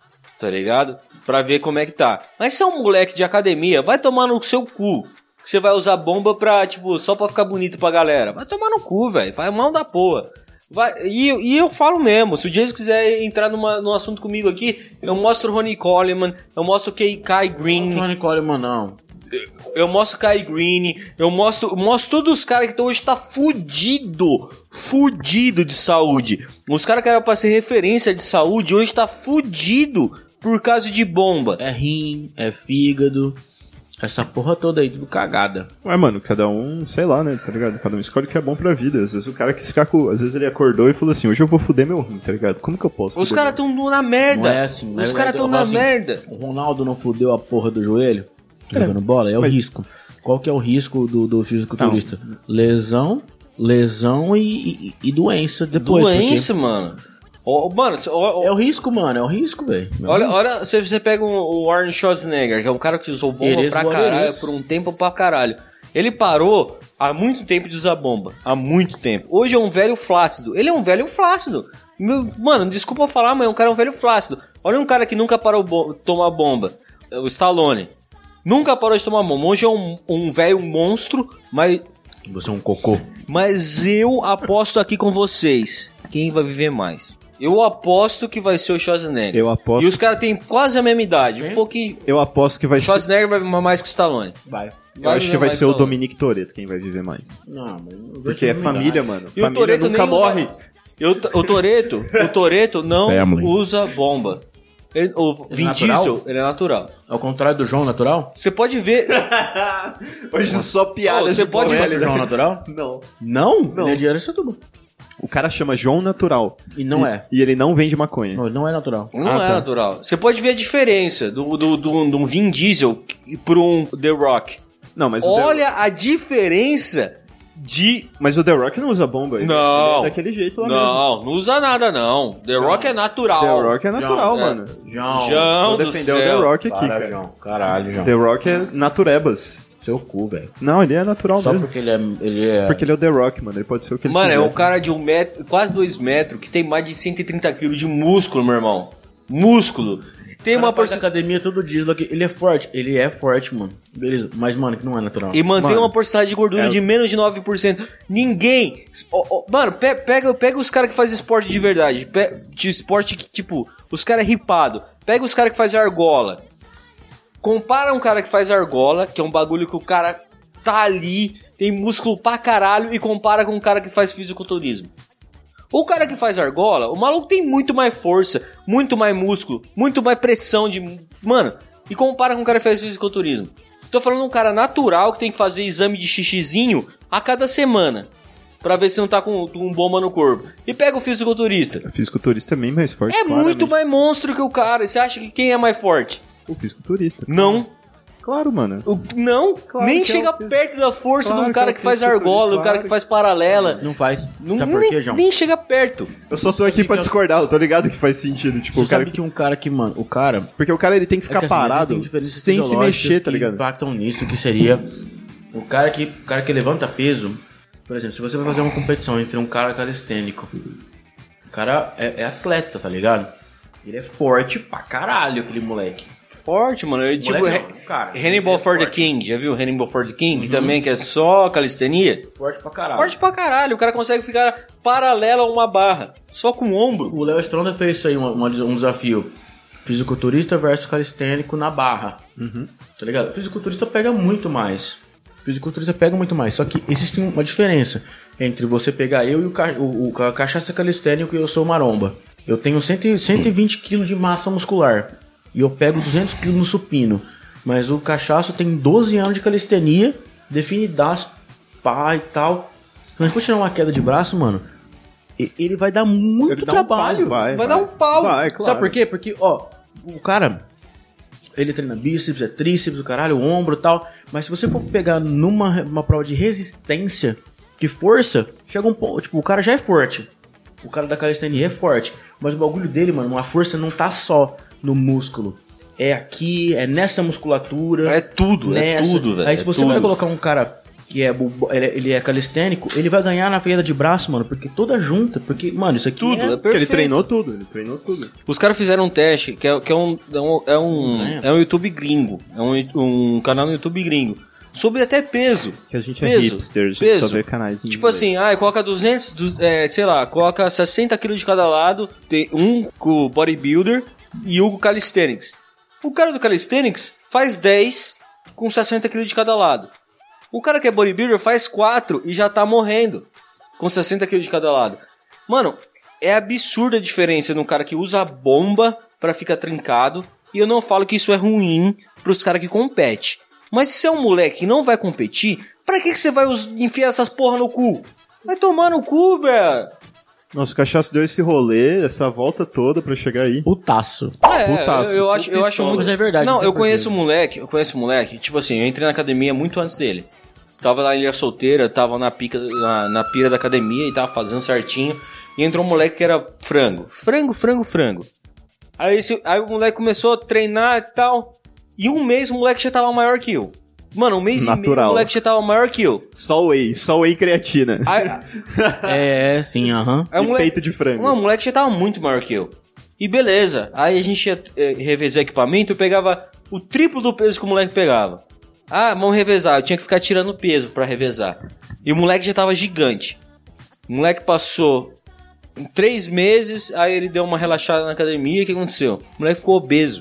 tá ligado? Pra ver como é que tá. Mas se é um moleque de academia, vai tomar no seu cu. Que você vai usar bomba pra, tipo, só pra ficar bonito pra galera. Vai tomar no cu, velho. Vai mão da porra. Vai, e, e eu falo mesmo, se o Jason quiser entrar numa, num assunto comigo aqui, eu mostro o Ronnie Coleman, eu mostro o Kai Kai Green, Johnny Coleman, não. eu mostro o Kai Green, eu mostro, mostro todos os caras que estão hoje tá fudido, fudido de saúde. Os caras que eram pra ser referência de saúde, hoje tá fudido por causa de bomba. É rim, é fígado, Essa porra toda aí, tudo cagada. Ué, mano, cada um, sei lá, né, tá ligado? Cada um escolhe o que é bom pra vida. Às vezes o cara quis ficar com... Às vezes ele acordou e falou assim, hoje eu vou fuder meu rim, tá ligado? Como que eu posso? Os fuder caras meu tão na merda. Não é assim. Os caras tão na assim, merda. O Ronaldo não fudeu a porra do joelho? Jogando bola? É o mas- risco. Qual que é o risco do, do fisiculturista? Lesão, lesão e, e, e doença depois. Doença, mano. Ó, mano, ó, ó, porque É o risco, mano. É o risco, velho. É o olha, risco. olha, você, você pega um- o Arnold Schwarzenegger, que é um cara que usou bomba Eres pra o caralho Eres. por um tempo pra caralho. Ele parou há muito tempo de usar bomba. Há muito tempo. Hoje é um velho flácido. Ele é um velho flácido. Meu, mano, desculpa eu falar, mas o cara é um velho flácido. Olha um cara que nunca parou de tomar bomba. O Stallone. Nunca parou de tomar bomba. Hoje é um, um velho monstro, mas, Você é um cocô. mas eu aposto aqui com vocês. Quem vai viver mais? Eu aposto que vai ser o Schwarzenegger. Eu aposto- E os caras têm quase a mesma idade. Um pouquinho. Eu aposto que vai O ser... Schwarzenegger vai viver mais que o Stallone. Vai. Eu acho que vai mais ser o Stallone. Dominique Toretto quem vai viver mais. Não, mas... não Porque é vejo família, idade. mano. E o Família Toretto nunca nem usa- morre. E o, o Toretto, o Toretto não Family. usa bomba. Ele- o Ele é Vin natural? Diesel, ele é natural. Ao contrário do João natural? Você pode ver. Hoje só piada. Ô, você de pode- Não é família. do João natural? Não. Não? Não. Ele é de Araçatuba. O cara chama João Natural. E não E- é. E ele não vende maconha. Não, ele não é natural. Não Ah, é tá. natural. Você pode ver a diferença do, do, do, do um Vin Diesel por um The Rock. Não, mas o, The... Olha a diferença de. mas o The Rock não usa bomba. Ele, Não. ele é daquele jeito lá mesmo. Não, não usa nada, não. The Rock é natural. The Rock é natural, João, mano. João. João Vou do defender o The céu. Rock aqui, Para, cara. João. Caralho, João. The Rock é naturebas. Seu cu, velho. Não, ele é natural Só mesmo. porque ele é... Ele é... Porque ele é o The Rock, mano. Ele pode ser o que ele Mano, é quiser. um cara de um metro, quase dois metros, que tem mais de cento e trinta quilos de músculo, meu irmão. Músculo. Tem Uma uma parte da porcentagem. academia todo diz lá que ele é forte. Ele é forte, mano. Beleza. Mas, mano, que não é natural. E mantém Mano, uma porcentagem de gordura é- de menos de nove por cento. Ninguém. Ó, ó, mano, pe- pega, pega os caras que fazem esporte de verdade. Pe- de esporte que, tipo, os caras é ripado. Pega os caras que fazem argola. Compara um cara que faz argola, que é um bagulho que o cara tá ali, tem músculo pra caralho, e compara com um cara que faz fisiculturismo. O cara que faz argola, o maluco tem muito mais força, muito mais músculo, muito mais pressão de... Mano, e compara com um cara que faz fisiculturismo. Tô falando de um cara natural que tem que fazer exame de xixizinho a cada semana. Pra ver se não tá com, com bomba no corpo. E pega o fisiculturista. O fisiculturista é bem mais forte. É claramente. muito mais monstro que o cara. E você acha que quem é mais forte? O fisiculturista. Não. Claro, mano. O- não, Claro nem que é chega o fis- perto da força Claro de um que cara é o que faz fisiculturista, argola, do cara claro que faz paralela. Não faz. Não, Sabe por nem, quê, João? nem chega perto. Eu só tô aqui pra discordar. Eu tô ligado que faz sentido. Tipo, Você o cara... sabe que um cara que, mano, o cara... Porque o cara ele tem que É ficar que, assim, parado existem diferenças sem se fisiológicas mexer, tá que ligado? impactam nisso, que seria o cara que, o cara que levanta peso. Por exemplo, se você vai fazer uma competição entre um cara calistênico, o cara é, é atleta, tá ligado? Ele é forte pra caralho, aquele moleque. Forte, mano. Eu, tipo, Moleque He- não, cara, Hannibal ele é for the forte. King. Já viu Hannibal for the King? Que também que é só calistenia. Forte pra caralho. Forte pra caralho. O cara consegue ficar paralelo a uma barra. Só com o ombro. O Léo Stronda fez isso aí, uma- uma- um desafio. Fisiculturista versus calistênico na barra. Tá ligado? O fisiculturista pega muito mais. O fisiculturista pega muito mais. Só que existe uma diferença entre você pegar eu e o, ca- o, o ca- cachaça calistênico e eu sou maromba. Eu tenho cem, cento e vinte quilos de massa muscular. E eu pego duzentos quilos no supino. Mas o cachaço tem doze anos de calistenia, definidaço, pá e tal. Quando for tirar uma queda de braço, mano, e- ele vai dar muito Ele dá um trabalho. pau, vai, Vai dar um pau. Vai, claro. Sabe por quê? Porque, ó, o cara, ele treina bíceps, é tríceps, o caralho, o ombro e tal. Mas se você for pegar numa uma prova de resistência, de força, chega um ponto, tipo, o cara já é forte. O cara da calistenia é forte. Mas o bagulho dele, mano, a força não tá só no músculo. É aqui, é nessa musculatura. É tudo, é nessa. tudo, velho. Aí se é você tudo. vai colocar um cara que é, bu- ele é- ele é calistênico, ele vai ganhar na feira de braço, mano, porque toda junta, porque, mano, isso aqui Tudo, é... é Porque ele perfeito. treinou tudo, ele treinou tudo. Os caras fizeram um teste, que é, que é um, é um, é um, é um YouTube gringo. É um, um canal no YouTube gringo. Sobre até peso. Que a gente é peso, hipster, a gente peso. só vê canais em Tipo inglês. assim, ah, coloca duzentos, du- é, sei lá, coloca sessenta quilos de cada lado, tem um com o bodybuilder e um com o calisthenics. O cara do calisthenics faz dez com sessenta quilos de cada lado. O cara que é bodybuilder faz quatro e já tá morrendo com sessenta quilos de cada lado. Mano, é absurda a diferença num cara que usa bomba pra ficar trincado. E eu não falo que isso é ruim pros caras que competem. Mas se você é um moleque que não vai competir, pra que, que você vai us- enfiar essas porra no cu? Vai tomar no cu, velho. Nossa, o Cachaça deu esse rolê, essa volta toda pra chegar aí. Putaço. É, Putaço. eu, eu acho, eu acho muito... Mas é verdade, Não, não eu tem conheço um porquê. moleque, eu conheço um moleque, tipo assim, eu entrei na academia muito antes dele. Tava lá em Ilha Solteira, tava na, pica, na, na pira da academia e tava fazendo certinho. E entrou um moleque que era frango. Frango, frango, frango. Aí, esse, aí o moleque começou a treinar e tal. E um mês o moleque já tava maior que eu. Mano, um mês e meio Natural. o moleque já tava maior que eu. Só whey, só whey creatina. Aí, É, sim, aham. aí o E moleque, peito de frango. Não, o moleque já tava muito maior que eu. E beleza. Aí a gente ia eh, revezar equipamento, eu pegava o triplo do peso que o moleque pegava. Ah, vamos revezar. Eu tinha que ficar tirando peso pra revezar. E o moleque já tava gigante. O moleque passou em três meses, aí ele deu uma relaxada na academia. O que aconteceu? O moleque ficou obeso.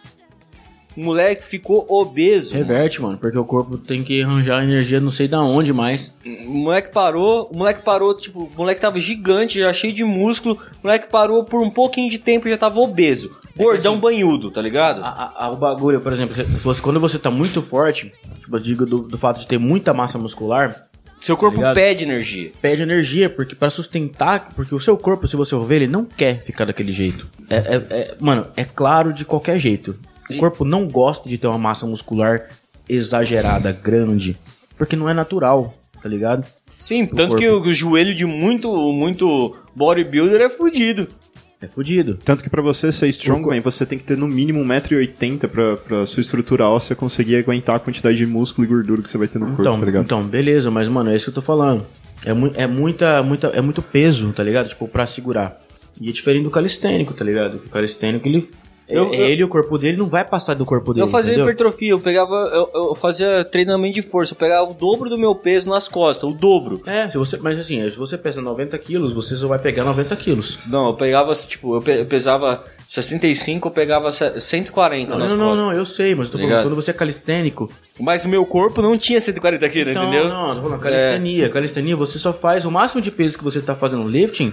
O moleque ficou obeso. Reverte, mano, porque o corpo tem que arranjar energia não sei da onde mais. O moleque parou, o moleque parou, tipo, o moleque tava gigante, já cheio de músculo. O moleque parou por um pouquinho de tempo e já tava obeso. Gordão banhudo, tá ligado? A- a- a- o bagulho, por exemplo, se fosse quando você tá muito forte, tipo, eu digo do, do fato de ter muita massa muscular, Seu corpo ligado? pede energia. pede energia, porque pra sustentar, porque o seu corpo, se você for ver, ele não quer ficar daquele jeito. É, é- é- mano, é claro de qualquer jeito. O corpo não gosta de ter uma massa muscular exagerada, grande, porque não é natural, tá ligado? Sim, tanto corpo. que o, que o joelho de muito, muito bodybuilder é fudido. É fudido. Tanto que pra você ser strongman, você tem que ter no mínimo um metro e oitenta pra, pra sua estrutura óssea conseguir aguentar a quantidade de músculo e gordura que você vai ter no corpo, Então, tá ligado? então, beleza, mas, mano, é isso que eu tô falando. É, mu é, muita, muita, é muito peso, tá ligado? Tipo, pra segurar. E é diferente do calistênico, tá ligado? O calistênico, ele... Eu- é eu- ele, o corpo dele, não vai passar do corpo dele, Eu fazia entendeu? hipertrofia, eu pegava, eu, eu fazia treinamento de força, eu pegava o dobro do meu peso nas costas, o dobro. É, se você, mas assim, se você pesa noventa quilos, você só vai pegar noventa quilos. Não, eu pegava, tipo, eu, pe- eu pesava sessenta e cinco, eu pegava se- cento e quarenta Não, nas não, não, costas. não, eu sei, mas eu tô falando, Ligado? quando você é calistênico... Mas o meu corpo não tinha cento e quarenta quilos, Então, entendeu? não, eu tô falando, calistenia. Calistenia, você só faz, o máximo de peso que você tá fazendo lifting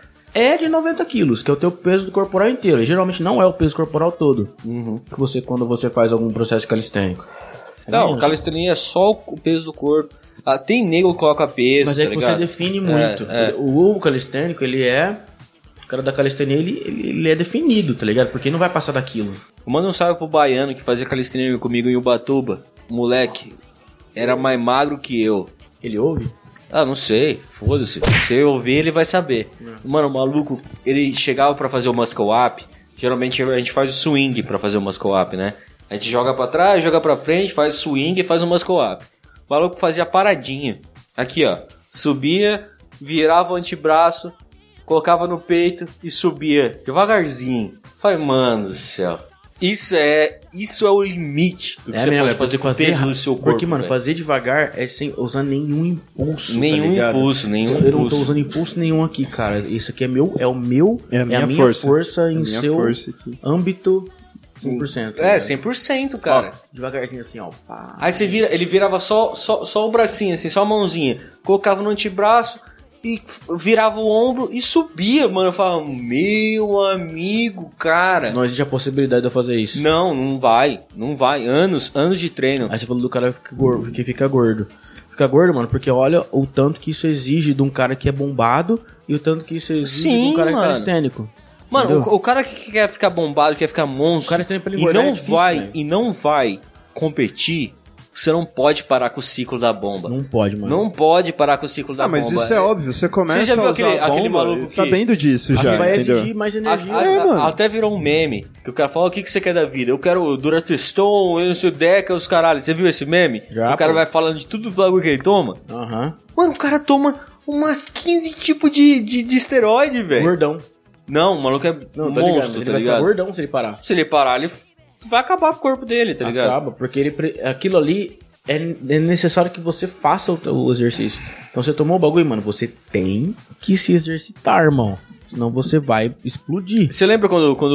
é de noventa quilos, que é o teu peso corporal inteiro. E geralmente não é o peso corporal todo. Que você, quando você faz algum processo calistênico. Não, calistenia é só o peso do corpo. Ah, tem nego que coloca peso, Mas é tá que ligado? você define muito. É, é. O, o calistênico, ele é... O cara da calistenia, ele, ele, ele é definido, tá ligado? Porque ele não vai passar daquilo. Manda um salve pro baiano que fazia calistenia comigo em Ubatuba. Moleque, era mais magro que eu. Ele ouve? Ah, não sei, foda-se. Se eu ouvir, ele vai saber. Mano, o maluco, ele chegava pra fazer o muscle up. Geralmente a gente faz o swing pra fazer o muscle up, né? A gente joga pra trás, joga pra frente, faz swing e faz o muscle up. O maluco fazia paradinha. Aqui, ó. Subia, virava o antebraço, colocava no peito e subia devagarzinho. Falei, mano do céu. Isso é, isso é o limite do que você mesmo, pode é fazer com o fazer peso ra- do seu corpo. Porque, mano, velho. fazer devagar é sem usar nenhum impulso, Nenhum tá ligado? impulso, nenhum Eu não tô impulso. usando impulso nenhum aqui, cara. Isso aqui é meu, é o meu, É a minha força. força É a em minha seu força aqui. âmbito cem por cento. É, cem por cento, cara. Ó, devagarzinho assim, ó. Pá. Aí você vira, ele virava só, só, só o bracinho, assim, só a mãozinha. Colocava no antebraço e f- virava o ombro e subia, mano. Eu falava, meu amigo, cara. Não existe a possibilidade de eu fazer isso. Não, não vai, não vai. Anos, anos de treino. Aí você falou do cara que fica gordo, que fica gordo. Fica gordo, mano, porque olha o tanto que isso exige de um cara que é bombado e o tanto que isso exige Sim, de um cara que é mano. calistênico. Mano, Entendeu? o, o cara que quer ficar bombado, quer ficar monstro, O cara tem pra ele e engordar, não é difícil, vai, velho. e não vai competir, você não pode parar com o ciclo da bomba. Não pode, mano. Não pode parar com o ciclo da Ah, mas bomba. isso é óbvio, você começa Você já viu a usar aquele- a aquele bomba maluco que- sabendo disso já, vai entendeu? exigir mais A- energia. a- É, a- mano. até virou um meme. Que o cara fala, o que, que você quer da vida? Eu quero Durateston, eu não sei o Deca, os caralho. Você viu esse meme? Já, o cara pô. vai falando de tudo do bagulho que ele toma. Aham. Mano, o cara toma umas quinze tipos de, de, de esteroide, velho. Gordão. Não, o maluco é Não, tá ligado? monstro, Ele tá vai ficar ligado? gordão se ele parar. Se ele parar, ele f- vai acabar com o corpo dele, tá ligado? Acaba, porque ele, pre- aquilo ali é, é necessário que você faça o, o exercício. Então você tomou o bagulho, mano, você tem que se exercitar, irmão. Senão você vai explodir. Você lembra quando, quando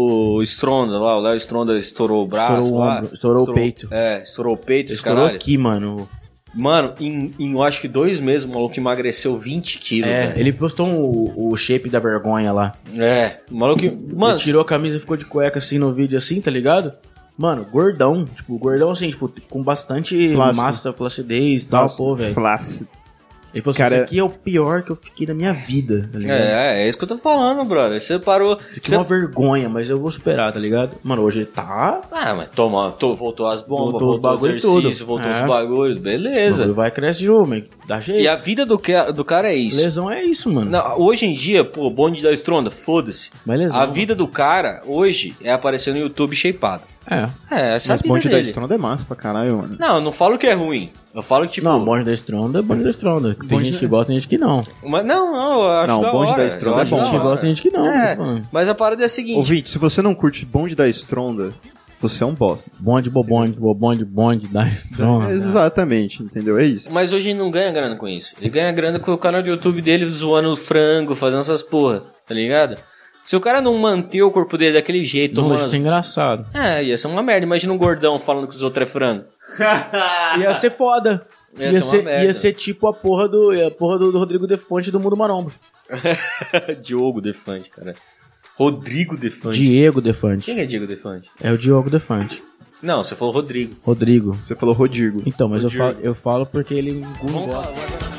o Stronda lá, o Léo Stronda estourou o braço Estourou o lá? ombro, estourou o peito. É, estourou o peito, esse Estourou caralho. aqui, mano. Mano, em, em eu acho que dois meses o maluco emagreceu vinte quilos, É, velho. ele postou um- o, o shape da vergonha lá. É, o maluco... Mano, Ele tirou a camisa e ficou de cueca assim no vídeo assim, tá ligado? Mano, gordão. Tipo, gordão assim, tipo, com bastante Flácido. massa, flacidez e tal, Nossa, pô, velho. Flácido. Ele falou assim, Cara, isso aqui é o pior que eu fiquei na minha vida, tá ligado? É, é isso que eu tô falando, brother. Você parou. Fiquei Você... uma vergonha, mas eu vou superar, tá ligado? Mano, hoje ele tá... Ah, mas toma, tô, voltou as bombas, Voltou os voltou, o bagulho exercício, tudo. voltou É. os bagulhos, beleza. Ele vai crescer de novo, mas dá jeito. E a vida do, que, do cara é isso. Lesão é isso, mano. Não, hoje em dia, pô, bonde da estronda, foda-se. Mas lesão, A mano. vida do cara, hoje, é aparecer no YouTube shapeado. É. É, essa é a Mas vida Bonde da dele. Estronda é massa pra caralho, mano. Não, eu não falo que é ruim. Eu falo que, tipo... Não, bonde da estronda é bonde da estronda. Tem Bonde gente da- que gosta, tem gente que não. Mas, não, não, eu acho Não, da o bonde hora. da estronda eu é acho bom. da Tem gente que hora. gosta, tem gente que não. É, tô falando. mas a parada é a seguinte... Ouvinte, se você não curte Bonde da Estronda, você é um bosta. Bonde, bobonde, bobonde, bonde da estronda. Exatamente, entendeu? É isso. Mas hoje ele não ganha grana com isso. Ele ganha grana com o canal do YouTube dele zoando frango, fazendo essas porra, tá ligado? Se o cara não manter o corpo dele daquele jeito, Não, tomando... isso é engraçado. É, ia ser uma merda. Imagina um gordão falando que os outros é frango. Ia ser foda. Ia Ia, ser uma ser, merda. ia ser tipo a porra do, a porra do, do Rodrigo Defante do Mundo Maromba. Diogo Defante, cara. Rodrigo Defante. Diego Defante. Quem é Diego Defante? É o Diogo Defante. Não, você falou Rodrigo. Rodrigo. Você falou Rodrigo. Então, mas eu Rodrigo. falo, eu falo porque ele não Vamos gosta. falar.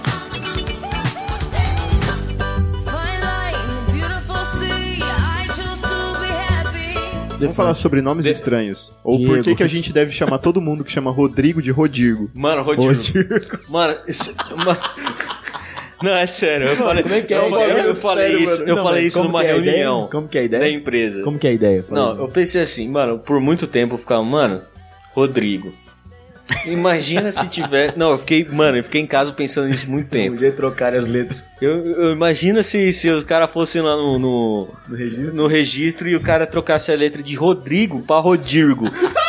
Fine line, beautiful sea. I choose to be happy. Vamos falar sobre nomes estranhos. Ou por Diego. que que a gente deve chamar todo mundo que chama Rodrigo de Rodrigo. Mano, Rodrigo. Rodrigo. Mano, isso, mano... Não, é sério. Eu falei, Como é que é? eu, É um bagulho eu, eu falei sério, isso, mano. eu Não, falei mas isso como numa que é a ideia? reunião Como que é a ideia? da empresa. Como que é a ideia? Fala Não, aí. eu pensei assim, mano, por muito tempo eu ficava, mano, Rodrigo. Imagina se tiver. Não, eu fiquei, mano, eu fiquei em casa pensando nisso muito tempo. Podia trocar as letras. Eu, eu imagino se, se os caras fossem lá no, no, No registro? no registro e o cara trocasse a letra de Rodrigo pra Rodirgo.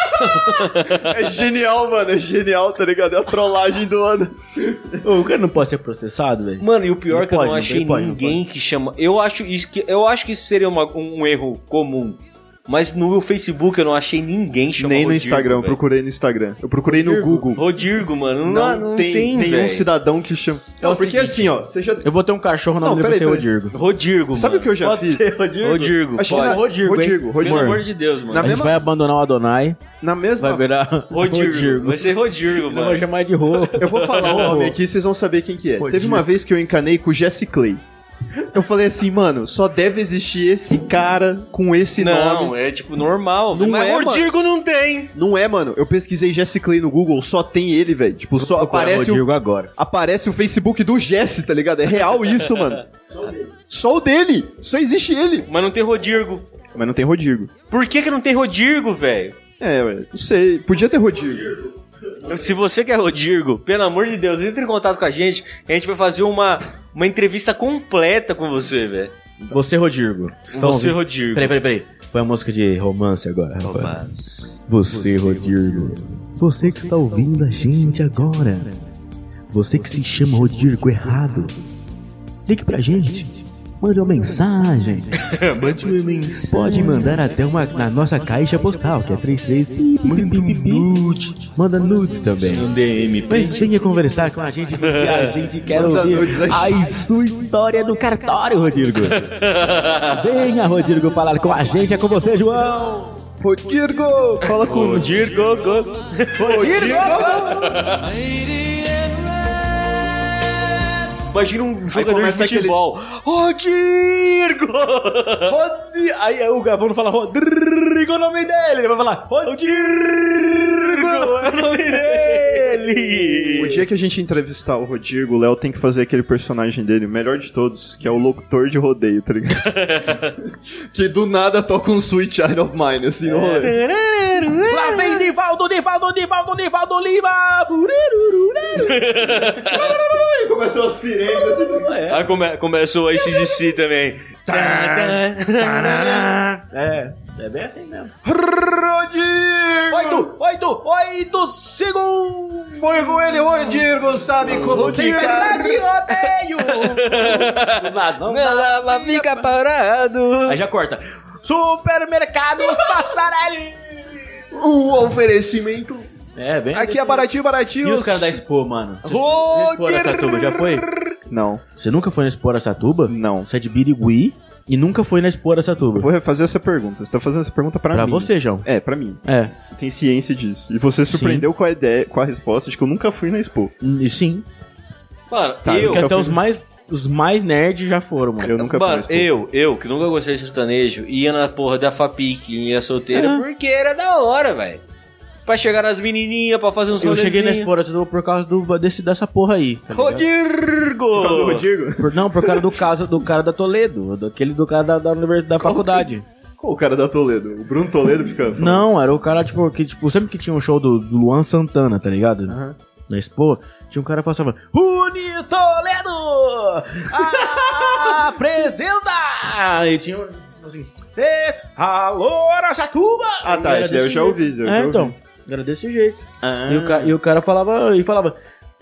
É genial, mano. É genial, tá ligado? É a trollagem do ano. Ô, o cara não pode ser processado, velho? Mano, e o pior Não é que eu pode, não não achei pode, não ninguém que chama. Eu acho isso que eu acho que isso seria uma- um erro comum. Mas no Facebook eu não achei ninguém chamando Nem no Instagram, eu procurei no Instagram. Eu procurei no Google. Rodirgo, mano. Não, Não, não tem, tem, nenhum velho. cidadão que chama. É o Não, porque seguinte, assim, ó, você já. Eu vou ter um cachorro, o nome Não, dele vai ser peraí, peraí. Rodrigo. Rodrigo, Sabe o que eu já Pode fiz? ser Rodrigo? Rodrigo, Acho que pode. na- Rodrigo, hein? Rodrigo, Rodrigo. Pelo amor de Deus, mano. Na A gente mesma- vai abandonar o Adonai, Na mesma. vai virar Rodirgo. Vai ser Rodirgo, Não vou mano. chamar de Rô. Eu vou falar o nome aqui, vocês vão saber quem que é. Rodrigo. Teve uma vez que eu encanei com o Jesse Clay. Eu falei assim, mano, só deve existir esse cara com esse Não, nome. é tipo normal. Não Mas é, Rodirgo não tem. Não é, mano. Eu pesquisei Jesse Clay no Google, só tem ele, velho. Tipo, só Procurar aparece o, Rodrigo agora. aparece o Facebook do Jesse, tá ligado? É real isso, mano. Só o dele. Só existe ele. Mas não tem Rodirgo. Mas não tem Rodrigo. Por que que não tem Rodirgo, velho? É, ué, não sei. Podia ter Rodrigo. Se você quer Rodirgo, pelo amor de Deus, entre em contato com a gente. A gente vai fazer uma, uma entrevista completa com você, velho. Você, Rodrigo. Estão Você, ouvindo? Rodirgo. Peraí, peraí, peraí. Põe a música de romance agora. rapaz. Você, Rodrigo. Você que está ouvindo a gente agora. Você que se chama Rodrigo errado. Ligue pra gente. Mande uma mensagem. Mande uma mensagem. Pode mandar até uma na nossa caixa postal, que é trinta e três. Manda nude. Manda nudes também. D M. Mas venha conversar com a gente, porque a gente quer Manda nudes ouvir aí. a sua história do cartório, Rodrigo. Venha, Rodrigo, falar com a gente. É com você, João. Rodrigo! Fala com o Rodirgo. go- Rodrigo! Imagina um jogador de começa aquele- futebol. Rodirgo! Rodi... Aí o Gavão não fala Rodrigo, é o nome dele. Ele vai falar Rodrigo, é o nome dele. O dia que a gente entrevistar o Rodrigo, o Léo tem que fazer aquele personagem dele, o melhor de todos, que é o locutor de rodeio, tá ligado? Que do nada toca um Sweet Child of Mine, assim, no rolê. Lá vem Nivaldo, Nivaldo, Nivaldo, Nivaldo Lima. E começou a sirene, assim. Aí come, começou a A C D C também. É, é bem assim mesmo. Rodrigo! Oito, oito, oito segundos. Foi com ele, Rodrigo, sabe como ficar. rodeio. Do nada, não dá. Ela fica parado. Aí já corta. Supermercados Passarelli. O oferecimento. É, bem. Aqui é baratinho, baratinho. E os caras da Expo, mano? Você Roder- Expo Araçatuba já foi? Não, Você nunca foi na Expo Araçatuba? não. Você é de Birigui? E nunca foi na Expo Araçatuba. Vou fazer essa pergunta. Você tá fazendo essa pergunta pra, Pra mim. você, João. É, pra mim. É. Você tem ciência disso. E você surpreendeu com a ideia, com a resposta de que eu nunca fui na Expo. E sim. Mano, Tá, eu... Nunca Porque até fui os no- mais, os mais nerds já foram, mano. Eu nunca fui na Mano, Expo. eu, eu, que nunca gostei de sertanejo, ia na porra da Fapic, ia solteira, É. porque era da hora, velho. Pra chegar nas menininhas, pra fazer uns Eu cheguei na rolezinhos. Expo Araçatuba por causa do, desse, dessa porra aí. Tá ligado? Rodrigo! Por causa do Rodrigo? Por- não, por causa do caso do cara da Toledo, daquele do cara da, da, universidade, da faculdade. Qual o cara da Toledo? O Bruno Toledo fica... falando. Não, era o cara, tipo, que tipo, sempre que tinha um show do, do Luan Santana, tá ligado? Aham. Na Expo, tinha um cara que falava Uni Toledo! Apresenta! E tinha um, assim, alô, Araçatuba! Ah, tá, E esse era daí eu desse já jeito. ouvi, eu já É, ouvi. então, era desse jeito. Ah. E, o ca- e o cara falava, e falava,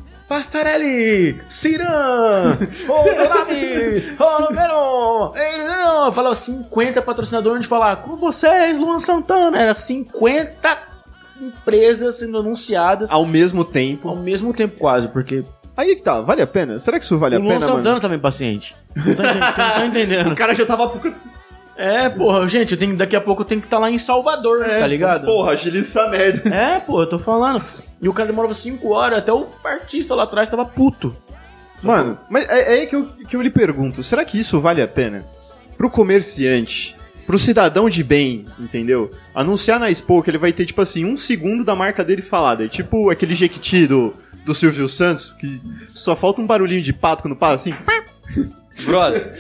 Passarelli, Ciran, Rodolaves, Rodolero, Rodolero. Falava cinquenta patrocinadores de falar com vocês, Luan Santana. Era cinquenta empresas sendo anunciadas Ao mesmo tempo. ao mesmo tempo quase, porque Aí que tá, vale a pena? Será que isso vale o a Luan pena, Santana mano? também é paciente. Não tá entendendo, você não tá entendendo. O cara já tava... É, porra, gente, eu tenho, daqui a pouco eu tenho que estar lá em Salvador, tá ligado? Porra, agiliza essa merda. É, pô, eu tô falando. E o cara demorava cinco horas, até o artista lá atrás tava puto. Mano, mas é, é aí que eu, que eu lhe pergunto, será que isso vale a pena? Pro comerciante, pro cidadão de bem, entendeu? Anunciar na Expo que ele vai ter, tipo assim, um segundo da marca dele falada. É tipo aquele Jequiti do, do Silvio Santos, que só falta um barulhinho de pato quando passa assim. Brother,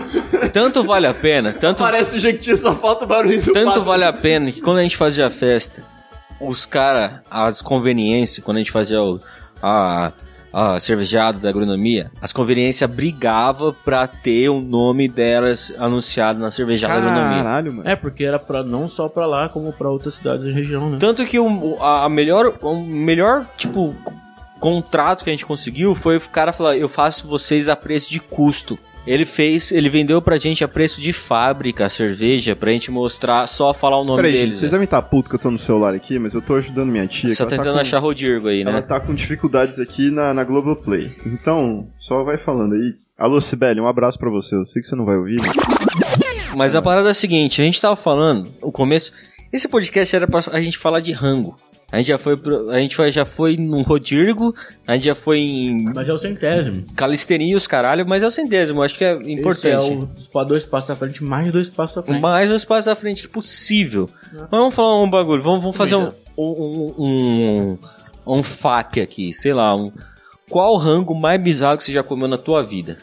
tanto vale a pena, tanto, Parece o Jequiti, só falta o barulhinho do tanto pato. vale a pena que quando a gente fazia a festa, os caras, as conveniências, quando a gente fazia o, a, a cervejada da agronomia, as conveniências brigavam pra ter o nome delas anunciado na cervejada da agronomia. Caralho, mano. É, porque era pra, não só pra lá, como pra outras cidades da região, né? Tanto que o, a, a melhor, o melhor, tipo, c- contrato que a gente conseguiu foi o cara falar, eu faço vocês a preço de custo. Ele fez, ele vendeu pra gente a preço de fábrica a cerveja, pra gente mostrar, só falar o nome Peraí, gente, deles. vocês né? devem estar puto que eu tô no celular aqui, mas eu tô ajudando minha tia. Você que tá ela tá tentando com- achar Rodrigo aí, Ela né? tá com dificuldades aqui na, na Globoplay. Então, só vai falando aí. Alô, Sibeli, um abraço pra você. Eu sei que você não vai ouvir. Mas... Mas a parada é a seguinte, a gente tava falando, o começo, esse podcast era pra a gente falar de rango. A gente já foi, pro- a gente foi- já foi no Rodrigo, a gente já foi em Mas é o centésimo. calistenia e os caralho, mas é o centésimo, acho que é importante. Esse é o dois passos à frente, mais dois passos à frente. Mais dois passos à frente possível. Mas vamos falar um bagulho, vamos, vamos fazer um, um, um, um F A Q aqui, sei lá, um, qual o rango mais bizarro que você já comeu na tua vida?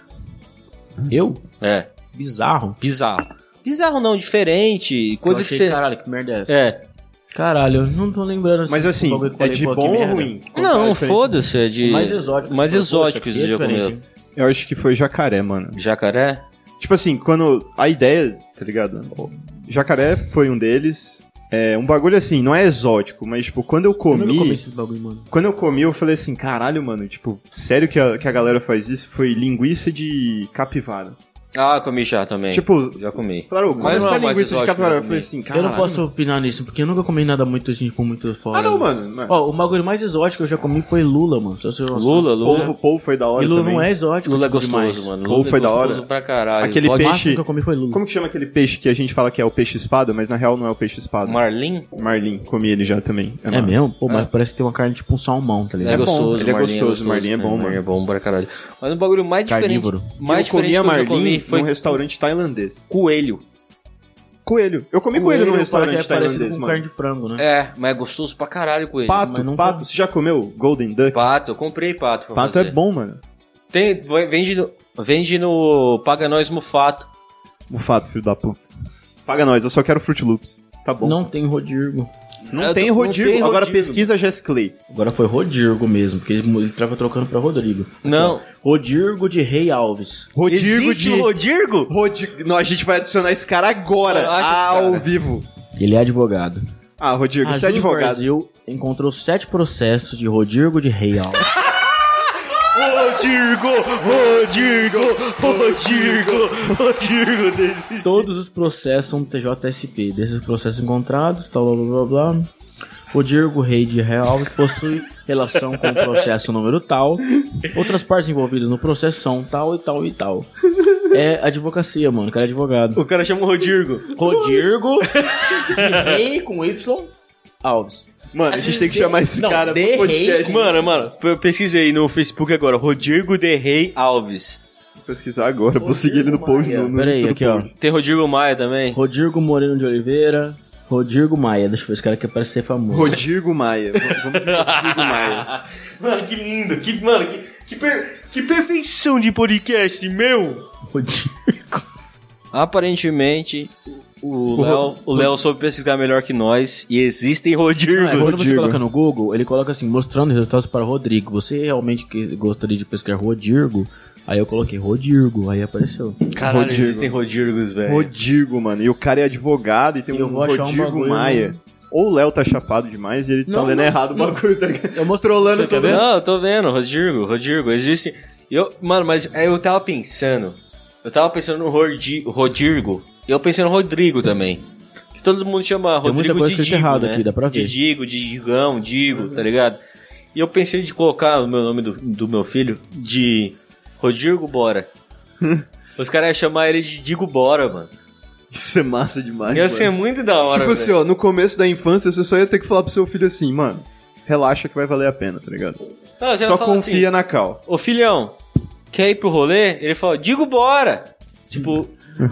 Eu? É, Bizarro. bizarro. Bizarro não, diferente, coisa Eu que achei, você... Caralho, que merda é essa? É, Caralho, eu não tô lembrando. Mas assim, o bagulho que eu é falei, de pô, que bom ou merda. ruim? não, foda-se, é de... O mais exótico. Mais Pô, exótico isso que aqui você é já comeu. diferente, hein? Eu acho que foi jacaré, mano. Jacaré? Tipo assim, quando a ideia, tá ligado? Jacaré foi um deles. É um bagulho assim, não é exótico, mas tipo, quando eu Eu nunca comi comi, esses bagulho, mano. quando eu comi, eu falei assim, caralho, mano, tipo, sério que a, que a galera faz isso? Foi linguiça de capivara. Ah, comi já também. Tipo, já comi. Falaram, Mas mas não essa é mais linguiça de exótico, capivara, né, eu falei também. assim, Eu caralho. não posso opinar nisso, porque eu nunca comi nada muito assim, com muito fora. Ah, não, mano. não é. Ó, o bagulho mais exótico que eu já comi foi Lula, mano. Só se eu- Lula, Lula. Polvo, polvo foi da hora E Lula também. não é exótico. Lula é tipo, gostoso, demais. mano. Ou Lula foi é da gostoso hora. pra caralho. Aquele Pode- O peixe- máximo que eu comi foi Lula. Como que chama aquele peixe que a gente fala que é o peixe-espada, mas na real não é o peixe-espada? Marlin? Marlin, comi ele já também. É massa. mesmo? Pô, mas parece que tem uma carne tipo um salmão, tá É, ligado? bom, gostoso, ele é Marlin gostoso, Marlin é bom, Marlin mano. é bom pra caralho. Mas o bagulho mais Carnívoro. diferente, mais eu comi diferente a que eu já Marlin comi foi num restaurante tailandês. coelho. Coelho. Eu comi coelho, num fala restaurante que é parecido tailandês, com mano. carne de frango, né? É, mas é gostoso pra caralho coelho. Pato, Mas não pato. comi. Você já comeu Golden Duck? Pato, eu comprei pato pra Pato fazer. é bom, mano. Tem, vende, no, vende no Paga Nós Mufato. Mufato, filho da puta. Paga nós, eu só quero Fruit Loops. Tá bom. Não tem Rodrigo. Não Eu tem tô- não Rodrigo. tem Agora Rodrigo. pesquisa Jess Clay. Agora foi Rodrigo mesmo, porque ele, ele tava trocando pra Rodrigo. Não. Rodrigo de Rei Alves. Rodrigo Existe de... o Rodrigo? Rodrigo... Não, a gente vai adicionar esse cara agora, Eu acho esse ao cara. vivo. Ele é advogado. Ah, Rodrigo, A você é Jus advogado. Brasil encontrou sete processos de Rodrigo de Rei Alves. Rodrigo, Rodrigo, Rodrigo, Rodrigo desse. Todos os processos são T J S P. Desses processos encontrados, tal, blá blá blá blá. Rodrigo Rei de Rei Alves possui relação com o processo número tal. Outras partes envolvidas no processo são tal e tal e tal. É advocacia, mano. O cara é advogado. O cara chama o Rodrigo. Rodrigo de Rei com Y Alves. Mano, a gente tem que chamar esse Não, cara de pro podcast. Mano, mano, eu pesquisei no Facebook agora, Rodrigo de Rei Alves. Vou pesquisar agora, vou seguir ele no post. No, no Pera aí, Insta do aqui, ó. post. Tem Rodrigo Maia também. Rodrigo Moreno de Oliveira. Rodrigo Maia. Deixa eu ver, esse cara quer parecer famoso. Rodrigo Maia. Vamos vamos pro Rodrigo Maia. Mano, que lindo. Que, mano, que, que, per- que perfeição de podcast, meu. Rodrigo. Aparentemente, o Léo o Léo soube pesquisar melhor que nós e existem Ah, Rodrigos. quando você Rodrigo. coloca no Google, ele coloca assim, mostrando resultados para Rodrigo. Você realmente que gostaria de pesquisar Rodrigo? Aí eu coloquei Rodrigo, aí apareceu. Caralho, Rodrigo. existem Rodrigos, velho. Rodrigo, mano. E o cara é advogado e tem E eu um vou achar um Rodrigo bagulho, Maia. né? Ou o Léo tá chapado demais e ele tá Não, lendo não, errado o bagulho. Tá Eu mostro trolando Você quer todo ver? mundo. Não, eu tô vendo, Rodrigo, Rodrigo, existe. Eu, mano, mas aí eu tava pensando. Eu tava pensando no Rodi- Rodrigo. E eu pensei no Rodrigo também. Que todo mundo chama Tem muita Rodrigo coisa de escrita Digo, errado né? aqui, dá pra ver. De Digo, de Digão, Digo, tá ligado? E eu pensei de colocar o meu nome do, do meu filho de Rodrigo Bora. Os caras iam chamar ele de Digo Bora, mano. Isso é massa demais, Ia mano. ser muito da hora, Tipo assim, velho. ó, no começo da infância você só ia ter que falar pro seu filho assim, mano, relaxa que vai valer a pena, tá ligado? Não, você Só vai falar confia assim, na Cal. ô filhão, quer ir pro rolê? Ele fala, Digo Bora. Tipo,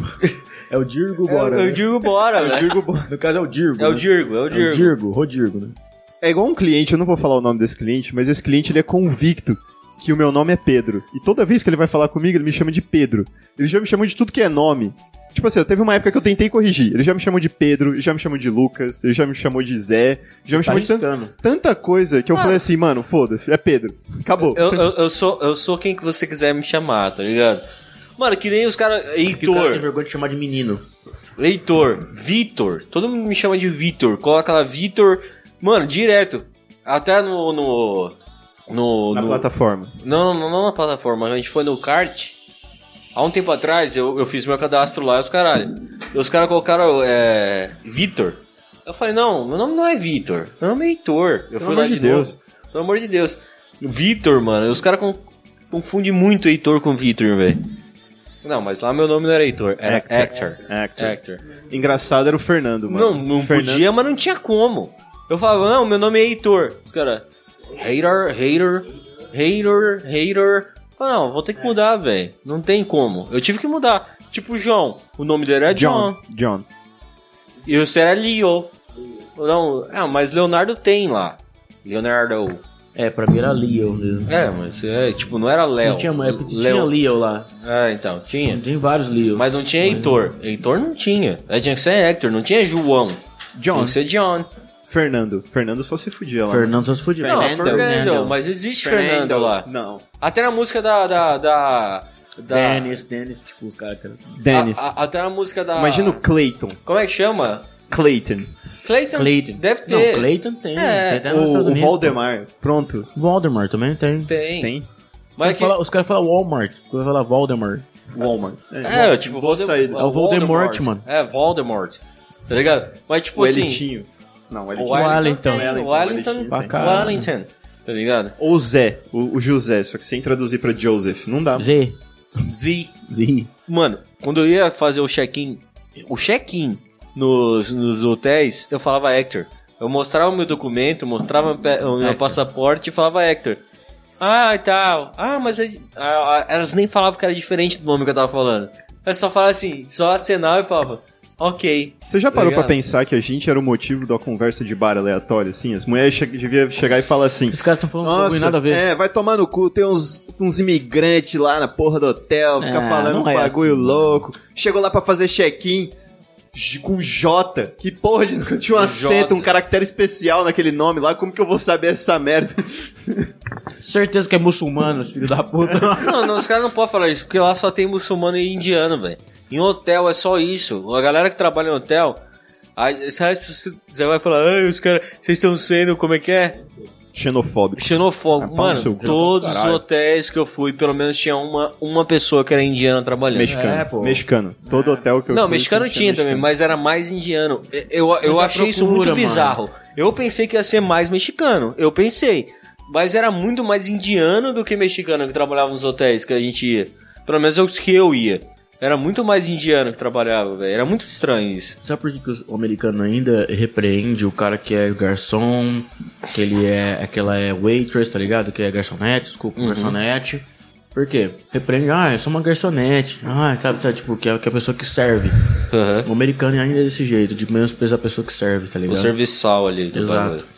É o Dirgo é, Bora. eu né? digo Bora, Eu velho. digo, bo- No caso é o Dirgo. É o né? Dirgo, é o É o Dirgo. Dirgo, Rodrigo, né? é igual um cliente, eu não vou falar o nome desse cliente, mas esse cliente ele é convicto que o meu nome é Pedro. E toda vez que ele vai falar comigo, ele me chama de Pedro. Ele já me chamou de tudo que é nome. Tipo assim, teve uma época que eu tentei corrigir. Ele já me chamou de Pedro, ele já me chamou de Lucas, ele já me chamou de Zé, já me Tá chamou de tan- arriscando. tanta coisa que eu falei assim, mano, foda-se, é Pedro. Acabou. Eu, eu, eu sou, eu sou quem que você quiser me chamar, tá ligado? Mano, que nem os caras. Porque o cara tem Heitor, vergonha de chamar de menino. Heitor, Vitor. Todo mundo me chama de Vitor. Coloca lá Vitor. Mano, direto. Até no. no, no Na no- plataforma. Não, não, não na plataforma. A gente foi no kart. Há um tempo atrás eu, eu fiz meu cadastro lá e os caralho. E os caras colocaram é, Vitor. Eu falei, não, meu nome não é Vitor. Meu nome é Heitor. Eu Pelo fui amor lá de de Deus. novo. Pelo amor de Deus. Vitor, mano. E os caras com, confundem muito Heitor com Vitor, velho. Não, mas lá meu nome não era Heitor. Era Hector. Actor. Hector. Engraçado era o Fernando, mano. Não, não Fernando- podia, mas não tinha como. Eu falava, não, meu nome é Heitor. Os caras, hater, hater, hater, hater. Eu falei, não, vou ter que mudar, velho. Não tem como. Eu tive que mudar. Tipo o João. O nome dele é John. John. John. E o seu era Leo. Não, é, mas Leonardo tem lá. Leonardo. É, pra mim era Leo mesmo. É, mas é, tipo, não era Léo. Não tinha, é porque Leo. tinha Leo lá. É, então, tinha. Tem vários Leos. Mas não tinha Heitor. Heitor não tinha. Aí tinha que ser Hector, não tinha João. Tinha John. que ser John. Fernando. Fernando só se fudia lá. Fernando só se fudia. Não, Fernando. Fernando, mas existe Fernando, lá. Não. Até na música da. da, da, da Dennis, Dennis, tipo, os caras que eram... Dennis. a- a- até na música da. Imagina o Clayton. Como é que chama? Clayton. Clayton? Clayton. Deve ter. Não, Clayton tem. É, tem até nos O, Estados o Unidos. Valdemar. Pronto. pô. Voldemort também tem. Tem. Tem. Mas é que. Fala- os caras falam Walmart. Os caras falam Voldemort. Walmart. É, tipo, Boa Voldem- saída. É o Voldemort, mano. É, Voldemort. Tá ligado? Mas tipo O assim. Elitinho. Não, o O Elitinho. Wellington. Wellington. tem, Wellington, O Wellington. Wellington. Pra caralho. Wellington. Tá ligado? Ou o Zé. O, o José. Só que sem traduzir pra Joseph. Não dá. Z. Z. Z. Mano, quando eu ia fazer o check-in, o check-in nos, nos hotéis, eu falava Hector. Eu mostrava o meu documento, mostrava pe- o meu Hector. passaporte e falava Hector. Ah, e tal. Ah, mas é- ah, ah, elas nem falavam que era diferente do nome que eu tava falando. Eu só falava assim, só acenava e falava, ok. Você já parou Tá pra ligado? pensar que a gente era o motivo da conversa de bar aleatória, assim? As mulheres che deviam chegar e falar assim... Os caras estão falando um Nossa, bagulho nada a ver. é, vai tomar no cu, tem uns, uns imigrantes lá na porra do hotel, fica É, falando não uns é bagulho assim, louco. Chegou lá pra fazer check-in j- com J. Que porra de... Tinha um acento, J. um caractere especial naquele nome lá, como que eu vou saber essa merda? Certeza que é muçulmano, esse filho da puta. Não, não, os caras não podem falar isso, porque lá só tem muçulmano e indiano, velho. Em hotel é só isso. A galera que trabalha em hotel, aí, sabe, você vai falar, ai, os caras, vocês estão sendo, como é que é? Xenofóbico. Xenofóbico. Ah, pau no Mano, seu cu. todos os Caralho. hotéis que eu fui, pelo menos tinha uma, uma pessoa que era indiana trabalhando. Mexicano. É, pô. Mexicano. Todo hotel que eu Não, fui, mexicano sempre tinha também, mexicano. mas era mais indiano. Eu, eu, eu Mas a achei isso procura, muito bizarro. Eu pensei que ia ser mais mexicano. Eu pensei. Mas era muito mais indiano do que mexicano que trabalhava nos hotéis que a gente ia. Pelo menos os que eu ia. Era muito mais indiano que trabalhava, velho. Era muito estranho isso. Sabe por que, que o americano ainda repreende o cara que é garçom, que ele é, aquela é waitress, tá ligado? Que é garçonete, desculpa, garçonete. Por quê? Repreende, ah, eu sou uma garçonete. Ah, sabe, sabe tipo, que é, que é a pessoa que serve. Uhum. O americano ainda é desse jeito, de menosprezar a pessoa que serve, tá ligado? O serviçal ali do Exato. bagulho.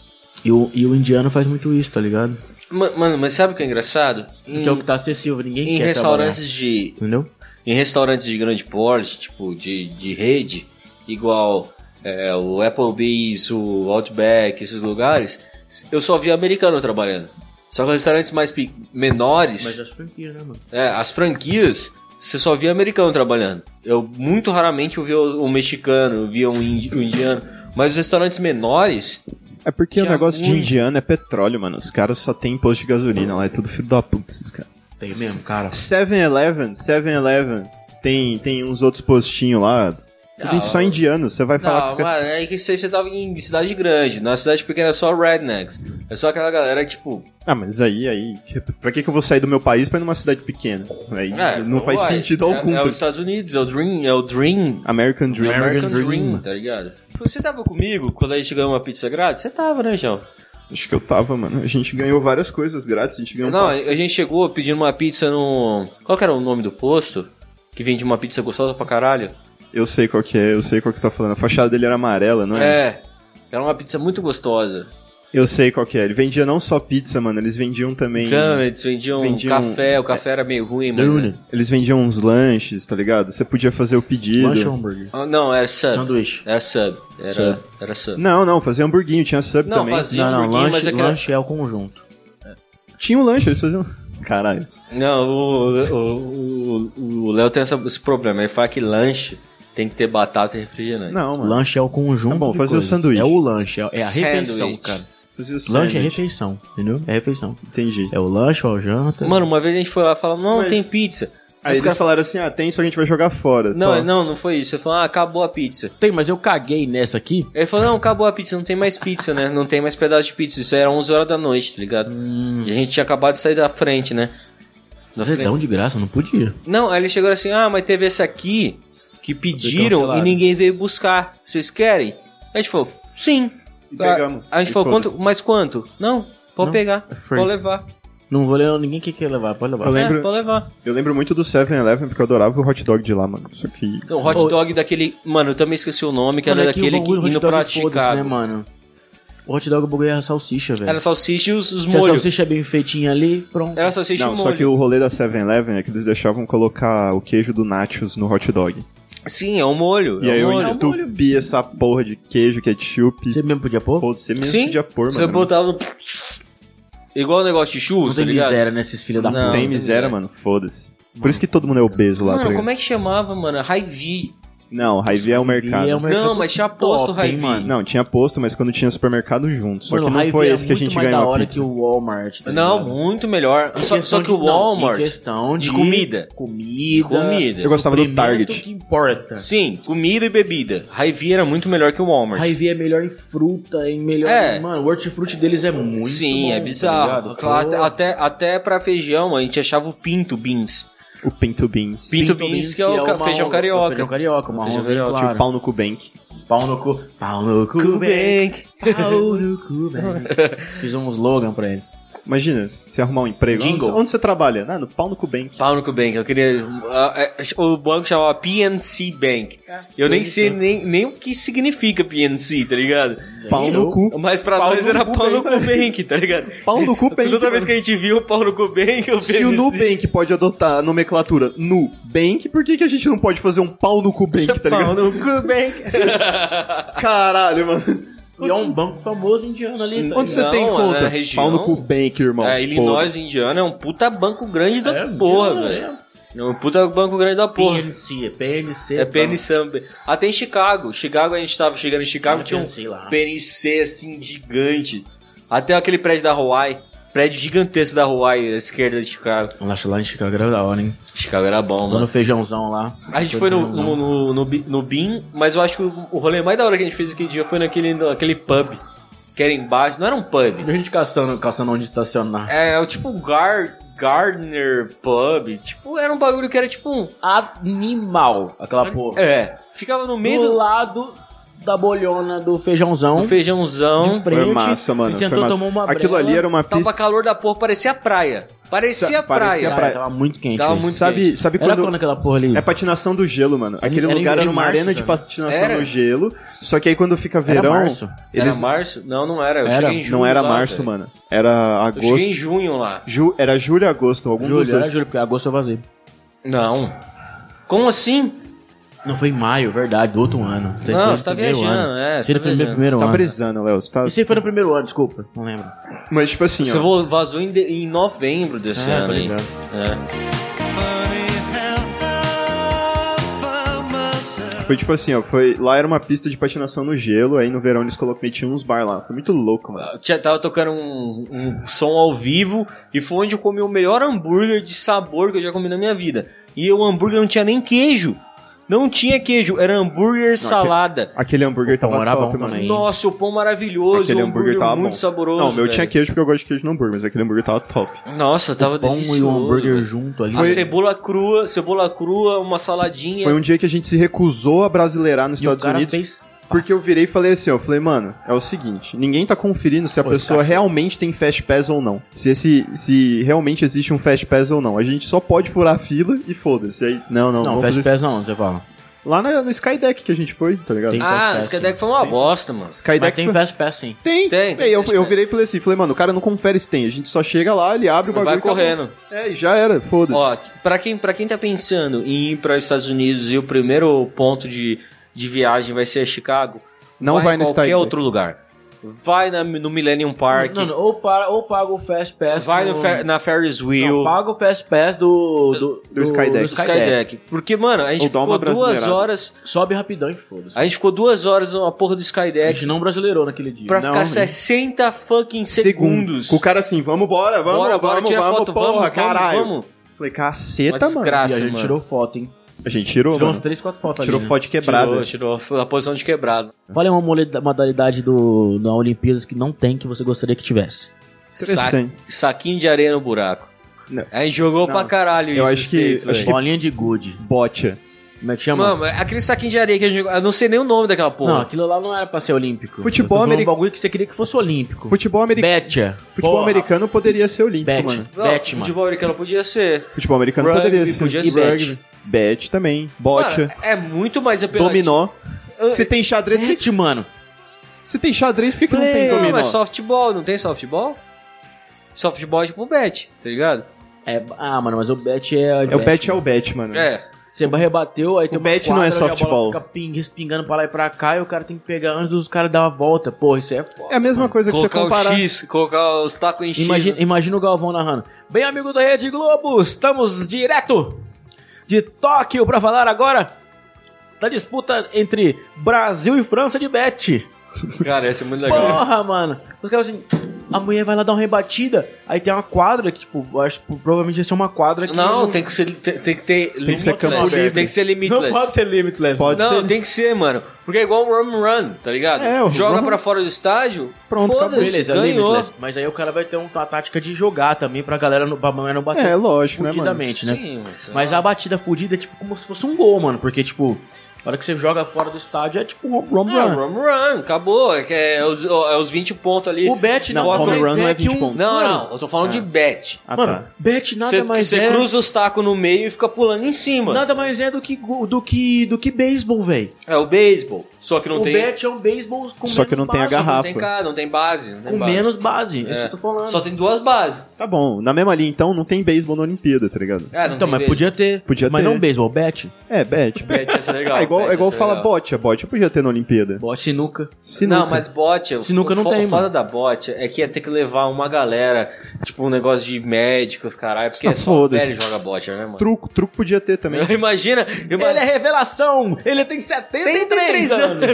E o, e o indiano faz muito isso, tá ligado? Ma- Mano, mas sabe o que é engraçado? Em, Que é o que tá acessível, ninguém em quer restaurantes de. trabalhar, entendeu? Em restaurantes de grande porte, tipo, de, de rede, igual é, o Applebee's, o Outback, esses lugares, eu só vi americano trabalhando. Só que restaurantes mais pe- menores, Mas as franquias, né, mano? é, as franquias, você só via americano trabalhando. Eu muito raramente eu via um mexicano, eu via um, indi- um indiano. Mas os restaurantes menores, É porque o Tinha negócio de muito. indiano é petróleo, mano. Os caras só tem imposto de gasolina lá, é tudo filho da puta, esses caras. Tem mesmo, cara. seven eleven, seven eleven, tem, tem uns outros postinhos lá. Tudo Não, só indiano, você vai falar que não, os caras... mano, é que isso aí você tava em cidade grande. Na cidade pequena é só rednecks. É só aquela galera que, tipo, Ah, mas aí, aí... Pra que que eu vou sair do meu país pra ir numa cidade pequena? Aí É, não faz uai, sentido é, algum. É os Estados Unidos, é o Dream, é o Dream. American Dream. American, Dream. Dream, tá ligado? Você tava comigo quando a gente ganhou uma pizza grátis? Você tava, né, João? Acho que eu tava, mano. A gente ganhou várias coisas grátis, a gente ganhou um Não, a passe. gente chegou pedindo uma pizza no... Qual que era o nome do posto? Que vende uma pizza gostosa pra caralho? Eu sei qual que é, eu sei qual que você tá falando. A fachada dele era amarela, não é? É. Era uma pizza muito gostosa. Eu sei qual que é. Ele vendia não só pizza, mano, eles vendiam também... Então, eles vendiam, vendiam- café, o café era meio ruim, mas... Drone. Eles vendiam uns lanches, tá ligado? Você podia fazer o pedido. Lanche ou hambúrguer? Ah, não, era sub. Sanduíche. Era sub. Era Sub. sub. Era sub. Não, não, fazia hamburguinho, tinha sub Não, também. fazia Não, não, hambúrguer, mas lanche, é que era- lanche é o conjunto. Tinha um lanche, eles faziam... Caralho. Não, o- o o- o Léo tem essa- esse problema. Ele fala que lanche tem que ter batata e refrigerante. Não, mano. Lanche é o conjunto Tá bom, de fazer o coisas. sanduíche. É o lanche, é, é a refeição, Sanduíche. cara. Fazia o Lanche é sanduíche. refeição, entendeu? É refeição. Entendi. É o lanche, é o janta. Mano, uma vez a gente foi lá e falou, não, Mas- tem pizza. Aí Os eles caras falaram assim, ah, tem, só a gente vai jogar fora. Não, Tá. não, não foi isso. Ele falou, ah, acabou a pizza. Tem, mas eu caguei nessa aqui. Ele falou, não, acabou a pizza, não tem mais pizza, né? Não tem mais pedaço de pizza. Isso era onze horas da noite, tá ligado? Hum. E a gente tinha acabado de sair da frente, né? Da frente. Verdão de graça, não podia. Não, aí ele chegou assim, ah, mas teve esse aqui que pediram e cancelaram. ninguém veio buscar. Vocês querem? A gente falou, sim. E pegamos. A gente E falou, foda-se. quanto, mas quanto? Não, pode Não, pegar, é free. pode levar. Não vou ler ninguém que quer levar, pode levar. Eu lembro- É, pode levar. Eu lembro muito do seven eleven porque eu adorava o hot dog de lá, mano. Só que... Então, o hot dog daquele... Mano, eu também esqueci o nome, que Mano, era é que o daquele que bagulho do hot indo dog pra foda-se, Chicago. né, mano? O hot dog, o bagulho é salsicha, velho. Era salsicha e os, os Se a molhos. salsicha é bem feitinha ali, pronto. Era salsicha Não, e só molho. que o rolê da seven eleven é que eles deixavam colocar o queijo do nachos no hot dog. Sim, é o molho. E é aí o eu molho. entupi essa porra de queijo, ketchup. Você mesmo podia pôr? Pô, você mesmo Sim, podia pôr, você mano. botava no... Igual o negócio de Não churros, tá tem ligado? miséria nesses filhos da Não. puta. Tem tem miséria, miséria. mano, foda-se. Por isso que todo mundo é obeso lá, tá Mano, ligado? como é que chamava, mano? Hy-Vee. Não, Hy-Vee é o mercado. É um mercado Não, mas tinha posto top, hein, Hy-Vee. mano. Não, tinha posto, mas quando tinha supermercado junto. Só Mano, que não Hy-Vee foi é esse que a muito gente mais ganhou da a hora pizza. que o Walmart. tá Não, ligado? muito melhor. Em Só, questão só que de- o não, Walmart... em questão de, de comida. Comida. Comida. Eu gostava do suprimento Target. que importa. Sim, comida e bebida. Hy-Vee era muito melhor que o Walmart. Hy-Vee é melhor em fruta, em melhor. É. Mano, o hortifruti deles é muito Sim, bom, é tá bizarro. ligado? Claro, Pô. até, até pra feijão, a gente achava o pinto beans. O Pinto Beans. Pinto beans, que é o ca- uma- feijão carioca. o Feijão carioca, uma Feijão feijão carioca. claro. Tinha o pau no Cubank. Pau no cu. Pau no cu, Cubank. Pau no cu, velho. Fiz um slogan pra eles. Imagina, você arrumar um emprego. Jingle. Onde, onde você trabalha? Ah, no pau no Cubank. Pau no Cubank, eu queria... ah, é, o banco chamava P N C Bank. Eu nem sei nem, nem o que significa P N C, tá ligado? Pau no cu. Mas pra Pau nós no era cu pau no Bank. Cubank, tá ligado? Pau no Cubank. Toda vez que a gente viu o pau no Cubank, eu Se o Nubank pode adotar a nomenclatura Nubank, por que, que a gente não pode fazer um pau no Cubank, tá Pau ligado? no Cubank. Caralho, mano. E é um banco famoso indiano ali. Tá Onde você Não, tem na conta? região- Pau no Cubank, irmão. É, Illinois, Indiana, é um puta banco grande da É, porra, Indiana, velho. É um puta banco grande da porra. P N C, é P N C. É P N C. Até em Chicago. Chicago, a gente tava chegando em Chicago, É, tinha um P N C lá. P N C assim, gigante. Até aquele prédio da Hawaii. Prédio gigantesco da Hawaii, à esquerda de Chicago. Nossa, lá em Chicago era da hora, hein? Chicago era bom, Lá mano. no feijãozão lá. A gente foi no, no, no, no, Bi- no Bean, mas eu acho que o, o rolê mais da hora que a gente fez aquele dia foi naquele, naquele pub. Que era embaixo. Não era um pub. A gente caçando, caçando onde estacionar. É, é o tipo Gar, Gardner Pub. Tipo, era um bagulho que era tipo um... Animal, aquela porra. É, ficava no meio Do do, lado da bolhona do feijãozão. do feijãozão. de frente. Foi massa, mano. Ele Foi sentou, massa. tomou uma Aquilo brela. ali era uma Tava pista... calor da porra, parecia praia. Parecia Sa- praia. parecia Cara, tava muito quente. Tava isso. muito Sabe, quente. sabe Era quando... quando aquela porra ali? É patinação do gelo, mano. Aquele Era em- lugar era era em uma março arena de já. patinação Era? no gelo. Só que aí quando fica Era verão, março. Era eles março? Não, não era. Eu Era. cheguei em julho não era lá, março, velho. mano. Era Eu agosto. cheguei em junho lá. Ju... Era julho e agosto, algum dos Julho, dois. era julho, porque agosto eu vazei. Não. Como assim? Não, foi em maio, verdade, do outro ano. Isso aí Não, foi você tá no primeiro viajando, ano. é, Isso você aí tá foi no viajando. primeiro Você tá ano. brisando, Léo. Você tá... Isso aí foi no primeiro ano, desculpa, não lembro. Mas tipo assim, Você ó. vo- vazou em, de- em novembro desse É, ano tá aí. ligado. É. Foi tipo assim, ó. Foi... Lá era uma pista de patinação no gelo. Aí no verão eles colocam, metiam uns bar lá. Foi muito louco, mano. Tinha- Tava tocando um, um som ao vivo e foi onde eu comi o melhor hambúrguer de sabor que eu já comi na minha vida. E o hambúrguer não tinha nem queijo. Não tinha queijo, era hambúrguer salada. Aquele hambúrguer pão tava era top, bom mano. também. Nossa, o pão maravilhoso, Aquele o hambúrguer, hambúrguer tava muito bom. saboroso. Não, o meu velho. tinha queijo porque eu gosto de queijo no hambúrguer, mas aquele hambúrguer tava top. Nossa, tava Pão delicioso. e o hambúrguer velho. junto ali. A cebola crua, cebola crua, uma saladinha. Foi um dia que a gente se recusou a brasileirar nos E o Estados cara Unidos. fez... Porque eu virei e falei assim, ó, eu falei, mano, é o seguinte, ninguém tá conferindo se a Pô, esse pessoa cachorro. realmente tem Fast Pass ou não. Se esse, se realmente existe um Fast Pass ou não. A gente só pode furar a fila e foda-se. Aí, não, não, Não, vamos Fast fazer... Pass não, você fala. Lá na- no Skydeck que a gente foi, tá ligado? Tem. Ah, Fast esse Skydeck foi uma bosta, mano. Mas Skydeck tem foi... Fast Pass sim. Tem, Tem, tem Aí eu, Fast eu Pass. virei e falei assim, falei, mano, o cara não confere se tem. A gente só chega lá, ele abre o bagulho Vai e acabou. correndo. É, e já era, foda-se. Ó, pra quem, pra quem tá pensando em ir para os Estados Unidos e o primeiro ponto de, de viagem vai ser Chicago, Não vai vai em no qualquer Skydeck. outro lugar. Vai na- no Millennium Park, Não, não, ou, para, ou paga o Fast Pass. vai no no Fer- na Ferris Não, Wheel, paga o Fast Pass do... Do, Do Skydeck. do Skydeck. Porque, mano, a gente Ou dá uma ficou duas brasileirada. horas... Sobe rapidão e foda-se. A gente ficou duas horas na porra do A Skydeck gente não brasileirou naquele dia. pra Não, ficar gente. sessenta fucking Segundo. segundos. Com o cara assim, vamos embora, vamos, Bora, vamos, bora, tira vamos, foto, porra, vamos, caralho. vamos, vamos. Falei, Uma caceta, mano. desgraça, E a gente mano. tirou foto, hein? A gente tirou, Tirou mano. uns três, quatro fotos Tirou ali. né? foto quebrada. Tirou, tirou a posição de quebrado. Fala aí uma moleda- modalidade do, da Olimpíadas que não tem, que você gostaria que tivesse. Interessante. Sa- saquinho de areia no buraco. Não. A gente jogou Não. pra caralho Eu isso. acho que- States, acho velho. que- Bolinha de gude. Bocha. Como é que chama? Mano, aquele saquinho de areia que a gente jogou. Eu não sei nem o nome daquela porra. Não, aquilo lá não era pra ser olímpico. Futebol Eu tô falando americano. um bagulho que você queria que fosse olímpico. Futebol americano. Betia. Futebol Porra. americano poderia ser olímpico, Bet. mano. Não, Bet, mano. futebol americano podia ser. Futebol americano Rugby poderia ser. podia E ser. bet. Bet também. Bocha. Mano, é muito mais apelativo. Dominó. Se tem xadrez, por que- Bet, mano. se tem xadrez, por que, que não tem Não, dominó? mas softball, não tem softball? Softball é tipo bet, tá ligado? É, ah, mano, mas o bet é... É o bet é o bet, mano. É. Você rebateu, aí tem O uma bet não é quadra, onde a bola softball. Fica ping, respingando pra lá e pra cá e o cara tem que pegar antes dos caras dar uma volta. Porra, isso é foda. É a mesma coisa que Colocar você comparar. o X, colocar os tacos em X. Imagina, imagina o Galvão narrando. Bem, amigo da Rede Globo, estamos direto de Tóquio pra falar agora da disputa entre Brasil e França de bet. Cara, ia ser muito legal. Porra, mano. Os caras assim, a mulher vai lá dar uma rebatida, aí tem uma quadra que, tipo, eu acho que provavelmente ia ser uma quadra que... Não, tem que ser, tem, tem que ter que ser campo limitless. aberto. Tem que ser limitless. Não pode ser limitless. Pode Não, ser. tem que ser, mano. Porque é igual o Rum Run, tá ligado? É, o Joga Rum- pra fora do estádio, Pronto, foda-se, Beleza, ganhou. limitless. Mas aí o cara vai ter uma tática de jogar também pra galera, não- pra mulher não bater É, lógico, né, mano? fudidamente, né? Sim, mano, sei Mas lá. a batida fudida é tipo como se fosse um gol, mano. Porque, tipo, a hora que você joga fora do estádio é tipo um home É, run. Rum Run, acabou. É, que é, os, é os vinte pontos ali. O bet Não, nada home mais run não é que vinte um... pontos. Não, Mano, não, eu tô falando de bet. Ah, Mano, tá. bet nada Você mais você é... cruza os tacos no meio e fica pulando em cima. Nada mais é do que, go- do que, do que beisebol, velho. É o beisebol. Só que não O tem. bet é um beisebol com Só que menos não tem a base. garrafa. Não tem cara, não tem base. Não tem Com base. menos base, é isso É. que eu tô falando. Só tem duas bases. Tá bom. Na mesma linha, então, não tem beisebol na Olimpíada, tá ligado? É, não Então, tem mas base. podia ter. Podia mas ter. não beisebol, bet. É, bet. Bet ia ser legal. É igual, bet é igual ia ser fala legal. bote. A bote podia ter na Olimpíada. Bote sinuca. Sinuca. Não, mas bote, Sinuca o, não fo- tem, o foda mano. da bote é que ia ter que levar uma galera, tipo um negócio de médicos, caralho, porque Ah, é só foda-se. velho joga bote, né, mano? Truco, truco podia ter também. Imagina, imagina Ele é revelação! Ele tem setenta e três anos!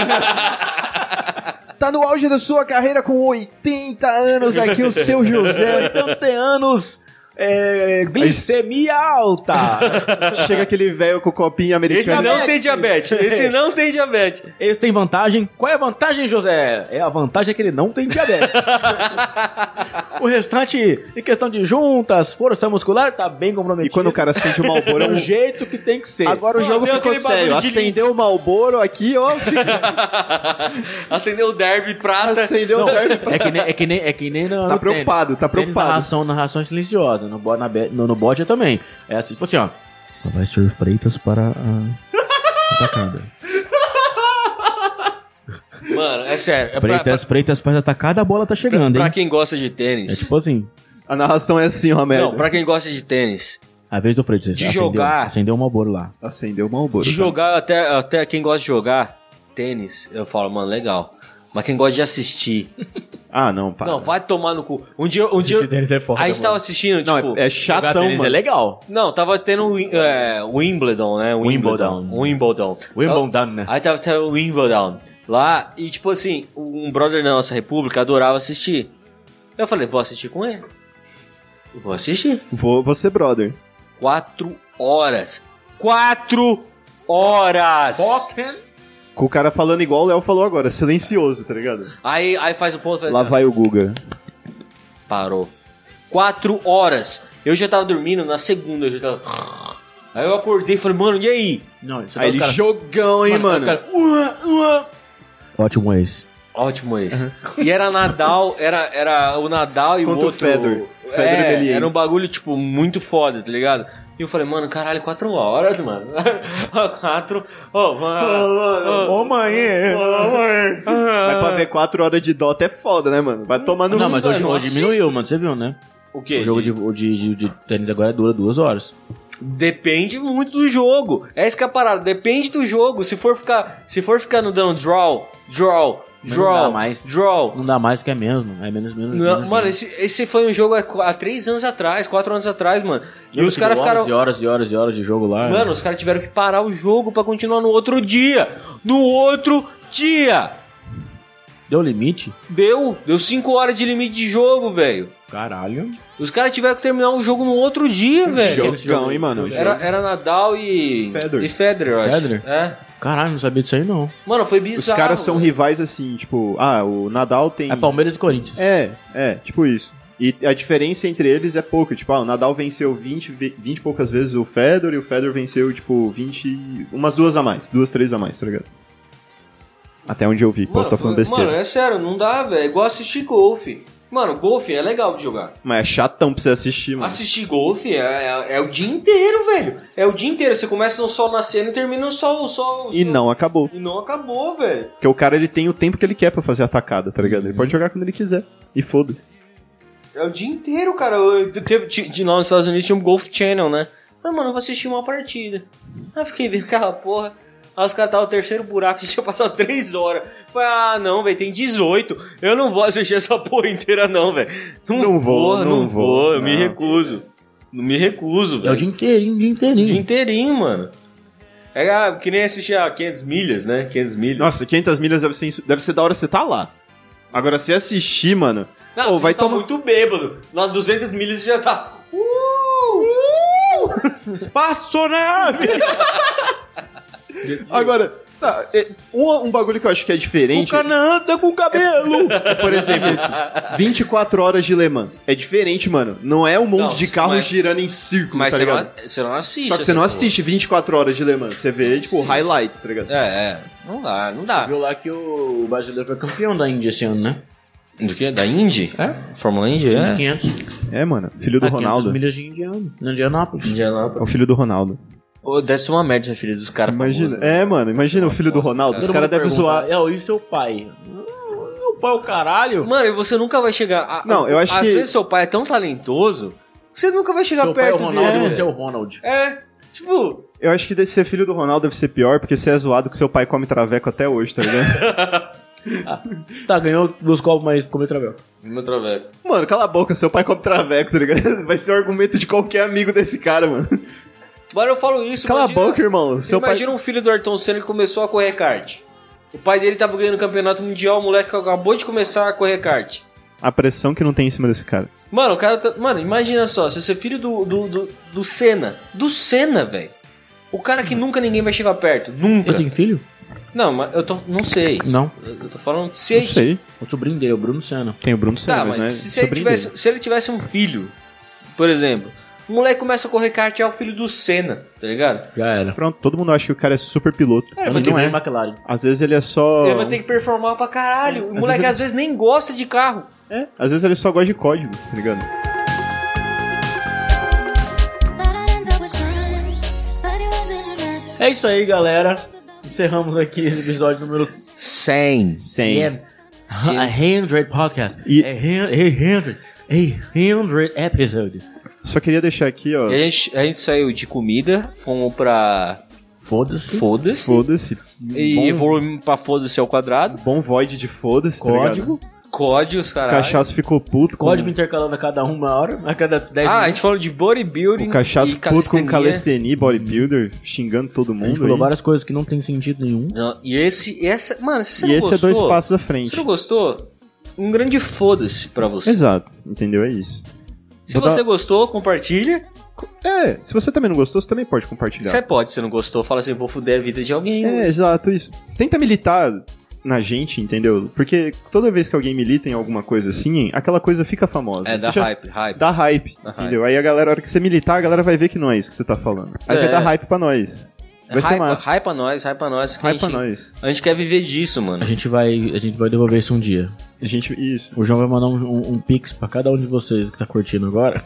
Tá no auge da sua carreira com oitenta anos aqui, o seu José. oitenta anos! é, glicemia alta. Chega aquele velho com o copinho Esse americano. não tem diabetes. Esse não tem diabetes. Esse tem vantagem. Qual é a vantagem, José? É a vantagem é que ele não tem diabetes. O restante, em questão de juntas, força muscular, tá bem comprometido. E quando o cara acende o Marlboro... do jeito que tem que ser. Agora o Pô, jogo deu ficou aquele sério. bagulho de Acendeu o Marlboro aqui, ó. Acendeu o derby prata. Acendeu o derby. É que nem, é que nem, é que nem no, Tá no preocupado, tênis. tá Tênis, preocupado. Narração, narração silenciosa. No, bo- na be- no, no bode também. É assim, tipo assim, ó. Vai ser Freitas para a atacada. Mano, é sério. É pra, Freitas, pra, Freitas faz atacada, a bola tá pra, chegando, pra hein? quem gosta de É tênis. tipo assim, A narração é assim, ó, merda. Não, pra quem gosta de tênis. a vez do Freitas. De acendeu, jogar. Acendeu o Marlboro lá. Acendeu o Marlboro. De cara. jogar, até, até quem gosta de jogar tênis, eu falo, mano, legal. Mas quem gosta de assistir. Ah, não, para. Não, vai tomar no cu. Um dia, um dia Assistir tênis é foda, a gente mano. tava assistindo, Não, tipo. é, é Jogar chatão, tênis mano. é legal. Não, tava tendo o Wim- é, Wimbledon, né? Wimbledon. Wimbledon. Wimbledon, né? Aí tava tendo o Wimbledon lá e, tipo assim, um brother da nossa república adorava assistir. Eu falei, vou assistir com ele. Vou assistir. Vou, você, brother. Quatro horas. Quatro horas! Com o cara falando igual o Léo falou agora, silencioso, tá ligado? Aí, aí faz o ponto. Faz Lá vai o Guga. Parou. Quatro horas. Eu já tava dormindo na segunda. Eu já tava... Aí eu acordei e falei, mano, e aí? Não, isso Aí ele, jogão, hein, mano. Aí o cara, "Uá, uá." Ótimo esse. Ótimo esse. E era Nadal, era, era o Nadal e Contra o o outro. Federer. Federer e É, Melier. era um bagulho, tipo, muito foda, tá ligado? E eu falei, mano, caralho, quatro horas, mano. Quatro. Ô, mano. Ô, mãe. Mas pra ver quatro horas de Dota é foda, né, mano? Vai tomar no... Não, mas hoje, Mano, hoje diminuiu, mano. Você viu, né? O quê? O jogo de, o de, de, de tênis agora dura duas horas. Depende muito do jogo. É isso que é a parada. Depende do jogo. Se for ficar, se for ficar no dando draw, draw, Mas draw, não dá mais. draw. Não dá mais porque é menos, mano. É menos, menos. Não, menos mano, menos. esse, esse foi um jogo há, qu- há três anos atrás, quatro anos atrás, mano. E Lembra os que caras deu ficaram. horas e horas e horas e horas de jogo lá. Mano, os caras tiveram que parar o jogo pra continuar no outro dia. No outro dia! Deu limite? Deu, deu cinco horas de limite de jogo, velho. Caralho. Os caras tiveram que terminar o jogo no outro dia, velho. Jogão, hein, mano? Era, era Nadal e. Federer. E Federer, eu acho. Federer? É. Caralho, não sabia disso aí, não. Mano, foi Os bizarro. caras são velho. rivais assim, tipo... Ah, o Nadal tem... É Palmeiras e Corinthians. É, é, tipo isso. E a diferença entre eles é pouca. Tipo, ah, o Nadal venceu vinte, vinte e poucas vezes o Federer e o Federer venceu, tipo, vinte... Umas duas a mais. Duas, três a mais, tá ligado? Até onde eu vi. Posso estar falando foi- besteira. Mano, é sério, não dá, velho. É igual assistir golfe. Mano, golfe é legal de jogar. Mas é chatão pra você assistir, mano. Assistir golfe é, é, é o dia inteiro, velho. É o dia inteiro. Você começa no sol nascendo e termina no sol. O sol E não acabou. E não acabou, velho. Porque o cara, ele tem o tempo que ele quer pra fazer a atacada, tá ligado? Ele pode jogar quando ele quiser. E foda-se. É o dia inteiro, cara. Eu, eu, teve, ti- de lá nos Estados Unidos tinha um Golf Channel, né? Mas, mano, eu vou assistir uma partida. Aí eu fiquei vendo aquela porra. Aí os caras estavam no terceiro buraco, já tinha passado três horas. Falei, ah, não, velho, tem dezoito. Eu não vou assistir essa porra inteira, não, velho. Não vou, porra, não vou. Eu me Não. recuso. Não me recuso, É o velho. dia inteirinho, dia O inteirinho. dia inteirinho, mano. É ah, que nem assistir a quinhentas milhas, né? quinhentas milhas. Nossa, quinhentas milhas deve ser, deve ser da hora você tá lá. Agora, se assistir, mano... Não, pô, você vai tá tomar... muito bêbado. Lá duzentas milhas você já tá... Espaçonave! Agora, tá, é, um, um bagulho que eu acho que é diferente... O Canaã anda com cabelo! É, por exemplo, vinte e quatro horas de Le Mans. É diferente, mano. Não é um monte Não, de carro mas- girando em círculo, Mas tá você, não, ligado? você não assiste. Só que você essa não porra. assiste vinte e quatro horas de Le Mans. Você vê, tipo, assiste. highlights, tá ligado? É, é. Não dá, não dá. Viu lá que o brasileiro foi campeão da Índia esse ano, né? Do que? Da Indy? É? Fórmula Indy, é? quinhentos. É, mano. Filho do Ah, quinhentas Ronaldo. milhas de Indiano, na Indianápolis. É Indianápolis. o filho do Ronaldo. Ô, deve ser uma merda essa filha dos caras. Imagina. famosos, né? É, mano. Imagina o filho do Ronaldo. Os Todo caras mundo devem pergunta, zoar. É, e seu pai? Meu pai é o caralho. Mano, e você nunca vai chegar... a- Não, eu acho Às que- vezes seu pai é tão talentoso que você nunca vai chegar Seu pai é o perto Ronaldo dele. e você é o Ronald. É, tipo... Eu acho que de ser filho do Ronaldo deve ser pior, porque você é zoado que seu pai come traveco até hoje, tá ligado? Tá, ganhou dos copos, mas comeu travel. Meu traveco. Mano, cala a boca, seu pai come traveco, tá ligado? Vai ser o argumento de qualquer amigo desse cara, mano. Agora eu falo isso, Cala imagina- a boca, irmão. Seu pai... Imagina um filho do Ayrton Senna que começou a correr kart. O pai dele tava ganhando campeonato mundial, o moleque acabou de começar a correr kart. A pressão que não tem em cima desse cara. Mano, o cara tá... Mano, imagina só, você ser filho do, do, do, do Senna. Do Senna, velho. O cara que nunca ninguém vai chegar perto. Nunca. Eu tenho filho? Não, mas eu tô... Não sei. Não. Eu eu tô falando... Se Não ele- sei. O sobrinho dele, o Bruno Senna. Tem o Bruno Senna, Tá, mas, mas não é se, se, ele sobrinho tivesse, dele. se ele tivesse um filho, por exemplo, o moleque começa a correr kart, é o filho do Senna, tá ligado? Já era. Pronto, todo mundo acha que o cara é super piloto. Cara, Ele vai ter não que- é McLaren. Às vezes ele é só... Ele vai ter que performar pra caralho. O Às moleque vezes às vezes nem gosta de carro. É, às vezes ele só gosta de código, tá ligado? É isso aí, galera. Encerramos aqui esse episódio número cem. cem. A hundred podcast. E- A hun- a hundred. A hundred episodes. Só queria deixar aqui, ó. E a gente, a gente saiu de comida, fomos pra Foda-se. foda-se. Foda-se. E Bom, evoluímos pra foda-se ao quadrado. bom void de foda-se, tá Código. ligado? Códigos, O caralho. Cachaço ficou puto com... Código intercalando a cada uma hora, a cada dez Ah, a minutos. gente falou de bodybuilding O Cachaço e puto com calistenia. calistenia, bodybuilder, xingando todo A gente mundo falou aí. várias coisas que não tem sentido nenhum. Não, e esse, essa, mano, se você E não esse gostou, é dois passos à frente. se você não gostou, um grande foda-se pra você. Exato, entendeu? É isso. Se Vou você dar- gostou, compartilha. É, se você também não gostou, você também pode compartilhar. Você pode, se não gostou, fala assim, vou fuder a vida de alguém. É, exato, isso. Tenta militar na gente, entendeu? Porque toda vez que alguém milita em alguma coisa assim, aquela coisa fica famosa. É, Você dá já- hype, hype. Dá hype, Dá entendeu? Aí a galera, a hora que você militar, a galera vai ver que não é isso que você tá falando. Aí É. vai dar hype pra nós. Vai ser hype, massa. hype pra nós, hype pra nós. que Hype a pra gente, nós. A gente quer viver disso, mano. A gente vai, a gente vai devolver isso um dia. A gente, isso. O João vai mandar um, um, um pix pra cada um de vocês que tá curtindo agora.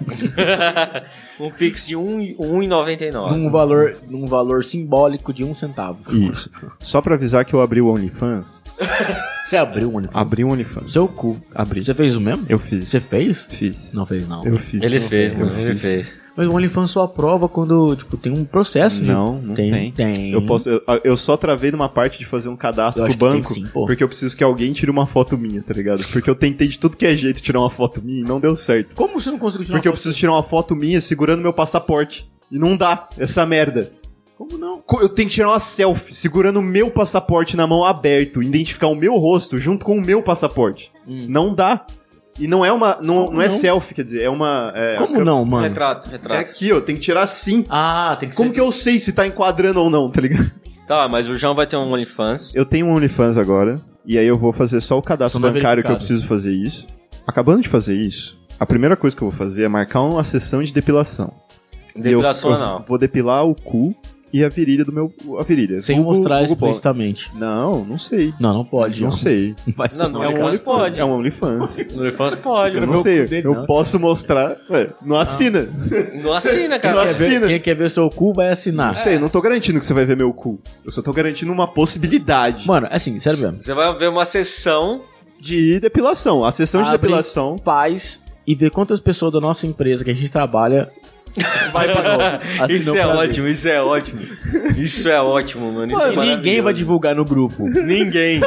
um pix de um e noventa e nove. num valor, num valor simbólico de um centavo. Isso. Só pra avisar que eu abri o OnlyFans. Você abriu um OnlyFans? Abri o OnlyFans. Seu cu. Abri. Você fez o mesmo? Eu fiz. Você fez? Fiz. Não fez, não. Eu fiz. Ele Eu fez, fiz. mano, Eu ele fiz. fez. Mas o OnlyFans só aprova quando, tipo, tem um processo. de- Não, não tem. Tem. Eu, posso, eu, eu só travei numa parte de fazer um cadastro Eu pro acho que tem banco, sim, pô. porque eu preciso que alguém tire uma foto minha, tá ligado? Porque eu tentei de tudo que é jeito tirar uma foto minha e não deu certo. Como você não conseguiu tirar Porque eu uma foto? preciso tirar uma foto minha segurando meu passaporte. E não dá, essa merda. Como não? Co- Eu tenho que tirar uma selfie segurando o meu passaporte na mão aberto, identificar o meu rosto junto com o meu passaporte. Não dá. E não é uma. Não, não é não? selfie, quer dizer, é uma. É, Como eu- não, mano? Retrato, É retrato. aqui, ó, tem que tirar assim. Ah, tem que Como ser... que eu sei se tá enquadrando ou não, tá ligado? Tá, mas o João vai ter um OnlyFans. Eu tenho um OnlyFans agora, e aí eu vou fazer só o cadastro Só não é bancário que eu verificado. preciso fazer isso. Acabando de fazer isso, a primeira coisa que eu vou fazer é marcar uma sessão de depilação. E Depilação eu, anal. eu vou depilar o cu e a virilha do meu... a virilha. Sem Vulgo- mostrar vulgo bola. explicitamente. Não, não sei. Não, não pode. Não sei. Não vai ser Não, não É um OnlyFans OnlyFans. pode. É um OnlyFans. No OnlyFans pode. Eu né? não meu sei. cu dele, Eu não. posso mostrar... Ué, não assina. Não assina, cara. Não Quer ver- assina. Quem quer ver seu cu vai assinar. Não sei, não tô garantindo que você vai ver meu cu. Eu só tô garantindo uma possibilidade Mano, assim, sério mesmo. Você vai ver uma sessão. de depilação. A sessão de Abre depilação... Paz e ver quantas pessoas da nossa empresa que a gente trabalha vai pra assinou Isso é pra ver. ótimo, isso é ótimo. Isso é ótimo, mano. Isso é E ninguém vai maravilhoso. divulgar no grupo. Ninguém.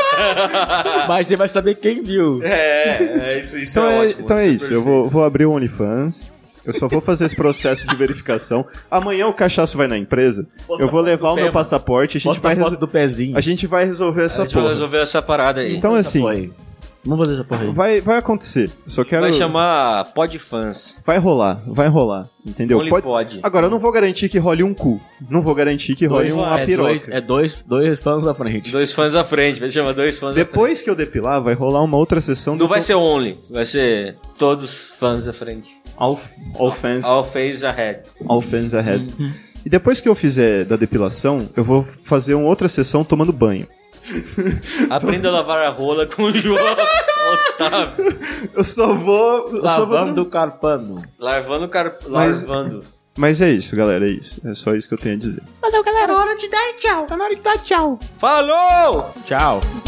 Mas você vai saber quem viu. É, é isso, isso Então é, é, ótimo. então é isso, eu perfeito. vou, vou abrir o OnlyFans. Eu só vou fazer esse processo de verificação. Amanhã o cachaço vai na empresa. Eu vou levar o meu pé, passaporte. A gente, Posta vai a foto resol- do pezinho. a gente vai resolver A essa gente vai porra. resolver essa parada aí. Então Essa assim, porra aí. Vamos fazer essa porra aí. vai, vai acontecer. Eu só quero. Vai chamar Podfans. Vai rolar, vai rolar. Entendeu? Only pode. Agora, eu não vou garantir que role um cu. Não vou garantir que role Dois- uma é, piroca. dois, é dois, dois fãs à frente. Dois fãs à frente, vai chamar dois fãs à frente. Depois que eu depilar, vai rolar uma outra sessão. Não vai ser Only, vai ser todos fãs à frente. All, all fans. All face ahead. All fans ahead. Uhum. E depois que eu fizer da depilação, eu vou fazer uma outra sessão tomando banho. Aprenda a lavar a rola com o João Otávio. Eu só vou. Eu só vou... Lavando carpano. Lavando, car... Mas- lavando. Mas é isso, galera, é isso. É só isso que eu tenho a dizer. Falou! Tchau.